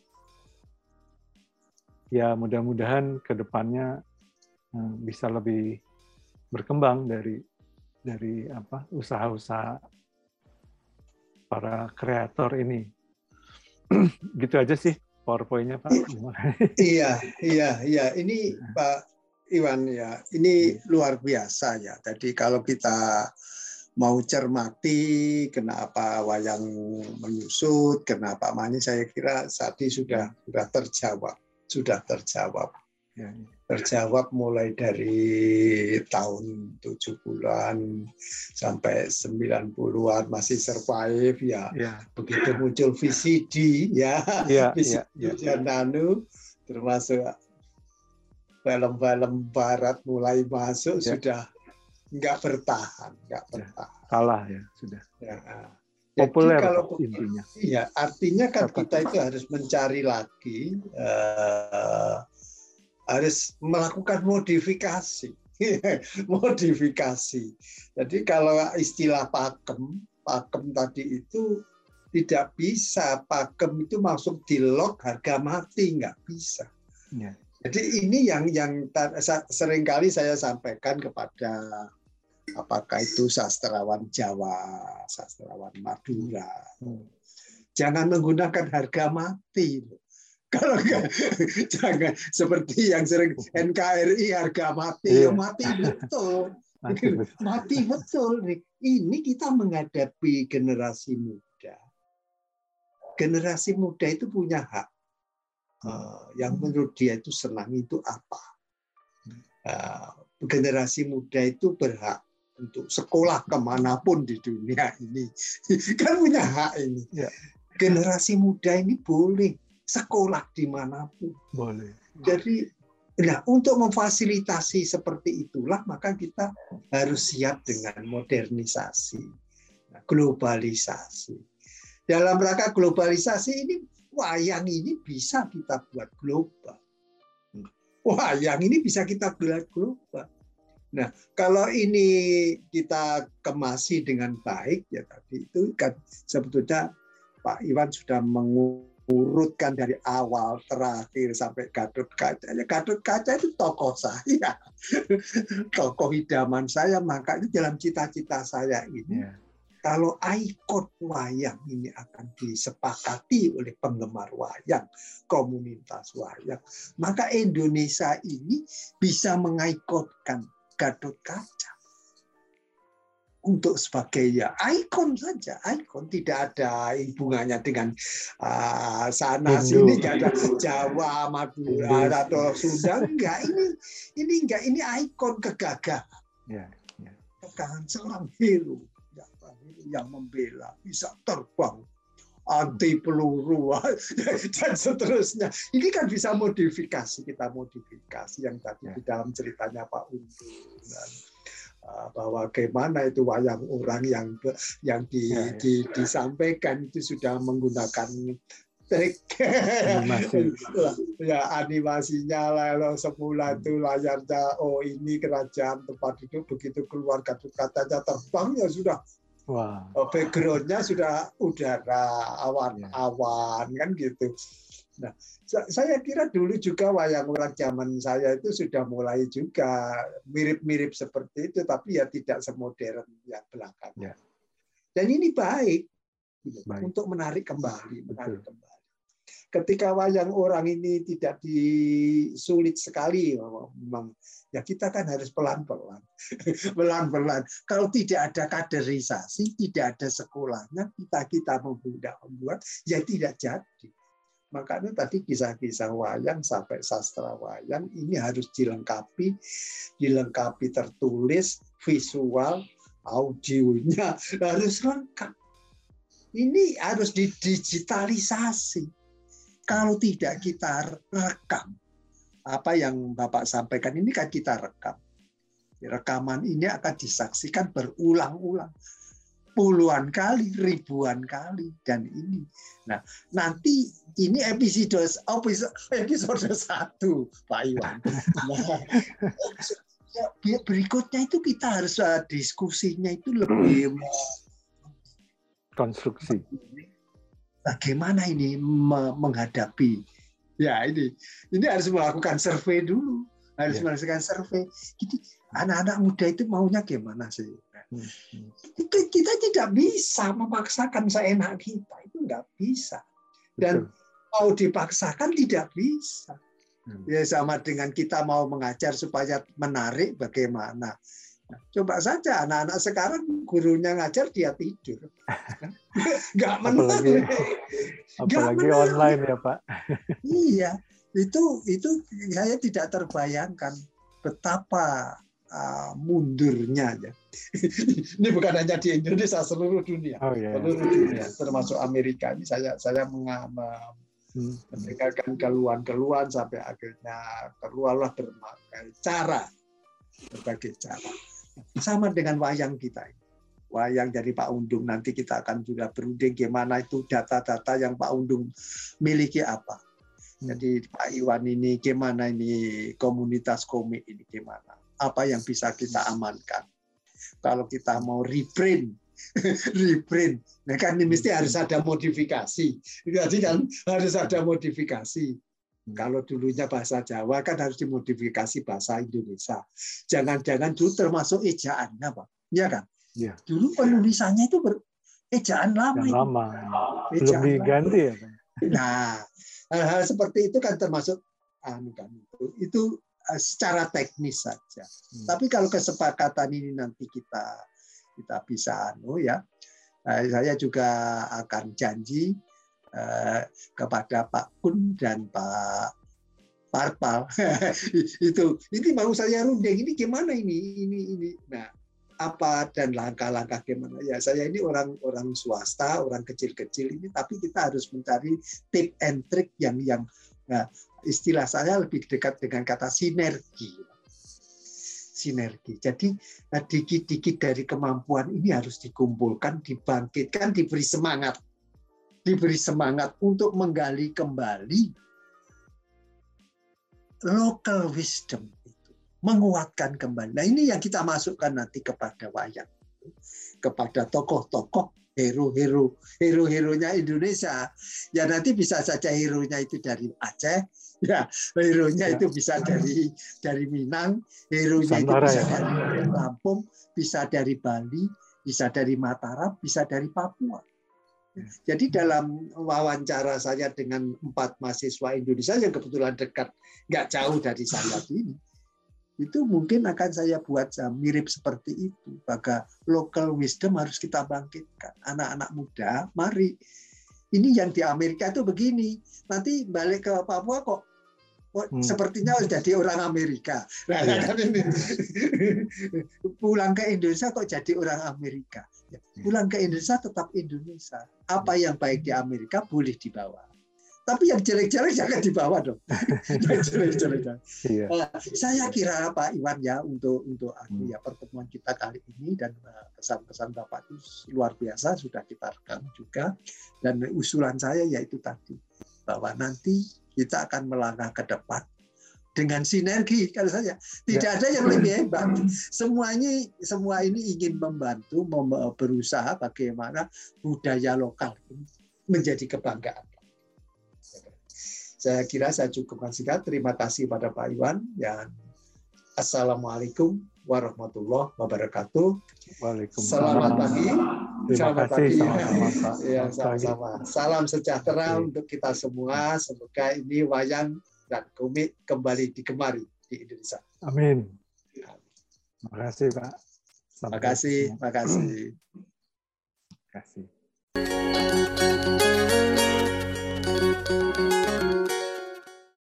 Ya mudah-mudahan ke depannya eh, bisa lebih berkembang dari dari apa usaha-usaha para kreator ini. Gitu aja sih PowerPoint-nya, Pak. Iya, iya, iya. Ini Pak Iwan ya, ini luar biasa ya. Jadi kalau kita mau cermati kenapa wayang menyusut, kenapa mani, saya kira tadi sudah sudah terjawab, sudah terjawab. Ya, terjawab mulai dari tahun tujuh puluhan sampai sembilan puluhan masih survive ya. Ya. Begitu muncul V C D ya, ya V C D ya, ya. Dan nano termasuk film-film barat mulai masuk ya. Sudah nggak bertahan, nggak bertahan. Kalah ya sudah. Ya. Populer kalau intinya. Iya, artinya kan kita itu harus mencari lagi. Uh, harus melakukan modifikasi, modifikasi. Jadi kalau istilah pakem, pakem tadi itu tidak bisa, pakem itu masuk di lock harga mati, nggak bisa. Ya. Jadi ini yang yang seringkali saya sampaikan kepada Apakah itu sastrawan Jawa, sastrawan Madura. Jangan menggunakan harga mati. Kalau enggak, jangan seperti yang sering N K R I harga mati, ya mati betul. Mati betul. Ini kita menghadapi generasi muda. Generasi muda itu punya hak. Yang menurut dia itu senang itu apa? Generasi muda itu berhak untuk sekolah kemanapun di dunia ini. Kan punya hak ini. Generasi muda ini boleh sekolah dimanapun. Boleh. Jadi, nah, untuk memfasilitasi seperti itulah, maka kita harus siap dengan modernisasi, globalisasi. Dalam rangka globalisasi ini, wayang ini bisa kita buat global. Wayang ini bisa kita buat global. Nah, kalau ini kita kemasi dengan baik, ya tadi itu kan sebetulnya Pak Iwan sudah mengurutkan dari awal terakhir sampai Gatot Kaca. Ya, Gatot Kaca itu tokoh saya, tokoh idaman saya. Makanya dalam cita-cita saya ini, yeah. Kalau ikon wayang ini akan disepakati oleh penggemar wayang, komunitas wayang, maka Indonesia ini bisa mengikonkan Gatot Kaca untuk sebagai ya ikon saja, ikon, tidak ada hubungannya dengan uh, sana sini, nggak ada Jawa, Madura atau Sunda, enggak. Ini ini enggak, ini ikon kegagahan, yeah, yeah. Kegagahan seorang hero yang membela, bisa terbang anti peluru dan seterusnya. Ini kan bisa modifikasi, kita modifikasi yang tadi di dalam ceritanya Pak Undung, bahwa bagaimana itu wayang orang yang yang di, ya, ya. Di, disampaikan itu sudah menggunakan trik animasi. Ya, animasinya lalu semula itu layarnya, oh ini kerajaan tempat itu, begitu keluar Gatot Kacanya terbang ya sudah. Wow. Backgroundnya sudah udara, awan-awan, kan gitu. Nah, saya kira dulu juga wayang orang zaman saya itu sudah mulai juga mirip-mirip seperti itu, tapi ya tidak semodern yang belakangan. Ya. Dan ini baik, baik untuk menarik kembali, menarik Betul. kembali. Ketika wayang orang ini tidak disulit sekali, memang ya kita kan harus pelan-pelan, pelan-pelan. Kalau tidak ada kaderisasi, tidak ada sekolahnya, kita kita membuat, ya tidak jadi. Makanya tadi kisah-kisah wayang sampai sastra wayang ini harus dilengkapi, dilengkapi tertulis, visual, audionya harus lengkap. Ini harus didigitalisasi. Kalau tidak kita rekam, apa yang Bapak sampaikan ini kan kita rekam. Rekaman ini akan disaksikan berulang-ulang, puluhan kali, ribuan kali, dan ini. Nah, nanti ini episode episode, episode satu, Pak Iwan. Nah, berikutnya itu kita harus diskusinya itu lebih konstruksi. Bagaimana ini menghadapi? Ya ini, ini harus melakukan survei dulu, harus ya. melakukan survei. Jadi anak-anak muda itu maunya gimana sih? Hmm. Kita, kita tidak bisa memaksakan seenak kita, itu nggak bisa. Dan Betul. mau dipaksakan tidak bisa. Hmm. Ya sama dengan kita mau mengajar supaya menarik, bagaimana? Coba saja anak-anak sekarang gurunya ngajar dia tidur, nggak menarik. Apalagi menarik. Online ya Pak. Iya, itu itu saya tidak terbayangkan betapa uh, mundurnya ya. Ini bukan hanya di Indonesia, seluruh dunia, oh, yeah. seluruh dunia, termasuk Amerika. Ini saya saya mengambil hmm. mendengarkan keluhan-keluhan sampai akhirnya keluarlah berbagai cara, berbagai cara. Sama dengan wayang kita. Wayang dari Pak Undung, nanti kita akan juga berunding gimana itu data-data yang Pak Undung miliki apa. Jadi Pak Iwan ini gimana ini komunitas komik ini gimana. Apa yang bisa kita amankan. Kalau kita mau reprint, reprint, nah kan ini mesti harus ada modifikasi. Jadi kan harus ada modifikasi. Kalau dulunya bahasa Jawa kan harus dimodifikasi bahasa Indonesia. Jangan-jangan dulu termasuk ejaannya, Pak. ya kan? Ya. Dulu penulisannya itu ber, ejaan lama. Yang itu. lama. Belum Ejaan diganti lama. ya, Pak? Nah, hal-hal seperti itu kan termasuk anu kan itu. Itu secara teknis saja. Hmm. Tapi kalau kesepakatan ini nanti kita kita bisa anu ya, saya juga akan janji eh, kepada Pak Kun dan Pak Parpal itu ini mau saya runding ini gimana ini ini ini nah apa dan langkah-langkah gimana ya saya ini orang orang swasta orang kecil-kecil ini tapi kita harus mencari tip and trick yang yang nah, istilah saya lebih dekat dengan kata sinergi sinergi jadi nah, dikit-dikit dari kemampuan ini harus dikumpulkan dibangkitkan diberi semangat diberi semangat untuk menggali kembali local wisdom itu menguatkan kembali. Nah ini yang kita masukkan nanti kepada wayang, kepada tokoh-tokoh, hero-hero, hero-heronya Indonesia. Ya nanti bisa saja hero-nya itu dari Aceh, ya hero-nya ya. Itu bisa dari dari Minang, hero-nya itu bisa ya. Dari Lampung, bisa dari Bali, bisa dari Mataram, bisa dari Papua. Jadi dalam wawancara saya dengan empat mahasiswa Indonesia yang kebetulan dekat, nggak jauh dari saya ini, itu mungkin akan saya buat mirip seperti itu. Maka local wisdom harus kita bangkitkan. Anak-anak muda, mari. Ini yang di Amerika itu begini. Nanti balik ke Papua kok Oh, hmm. sepertinya jadi orang Amerika. Nah, ya. Kan ini. Pulang ke Indonesia kok jadi orang Amerika. Pulang ke Indonesia tetap Indonesia. Apa yang baik di Amerika boleh dibawa. Tapi yang jelek-jelek jangan dibawa dong. Yang jelek-jelek. Ya. Nah, saya kira Pak Iwan ya untuk untuk aku ya pertemuan kita kali ini dan pesan-pesan Bapak itu luar biasa sudah kita rekam juga dan usulan saya yaitu tadi bahwa nanti kita akan melangkah ke depan dengan sinergi kalau saja tidak ya. Ada yang lebih hebat semuanya semua ini ingin membantu mem berusaha bagaimana budaya lokal ini menjadi kebanggaan. Saya kira saya cukupkan singkat. Terima kasih pada Pak Iwan dan assalamualaikum warahmatullahi wabarakatuh. Selamat pagi. Terima Selamat kasih, pagi. Sama-sama, Pak. Ya, sama-sama. Salam sejahtera Oke. Untuk kita semua. Semoga ini wayang dan komik kembali digemari di Indonesia. Amin. Terima kasih, Pak. Terima kasih. Terima kasih. Terima kasih.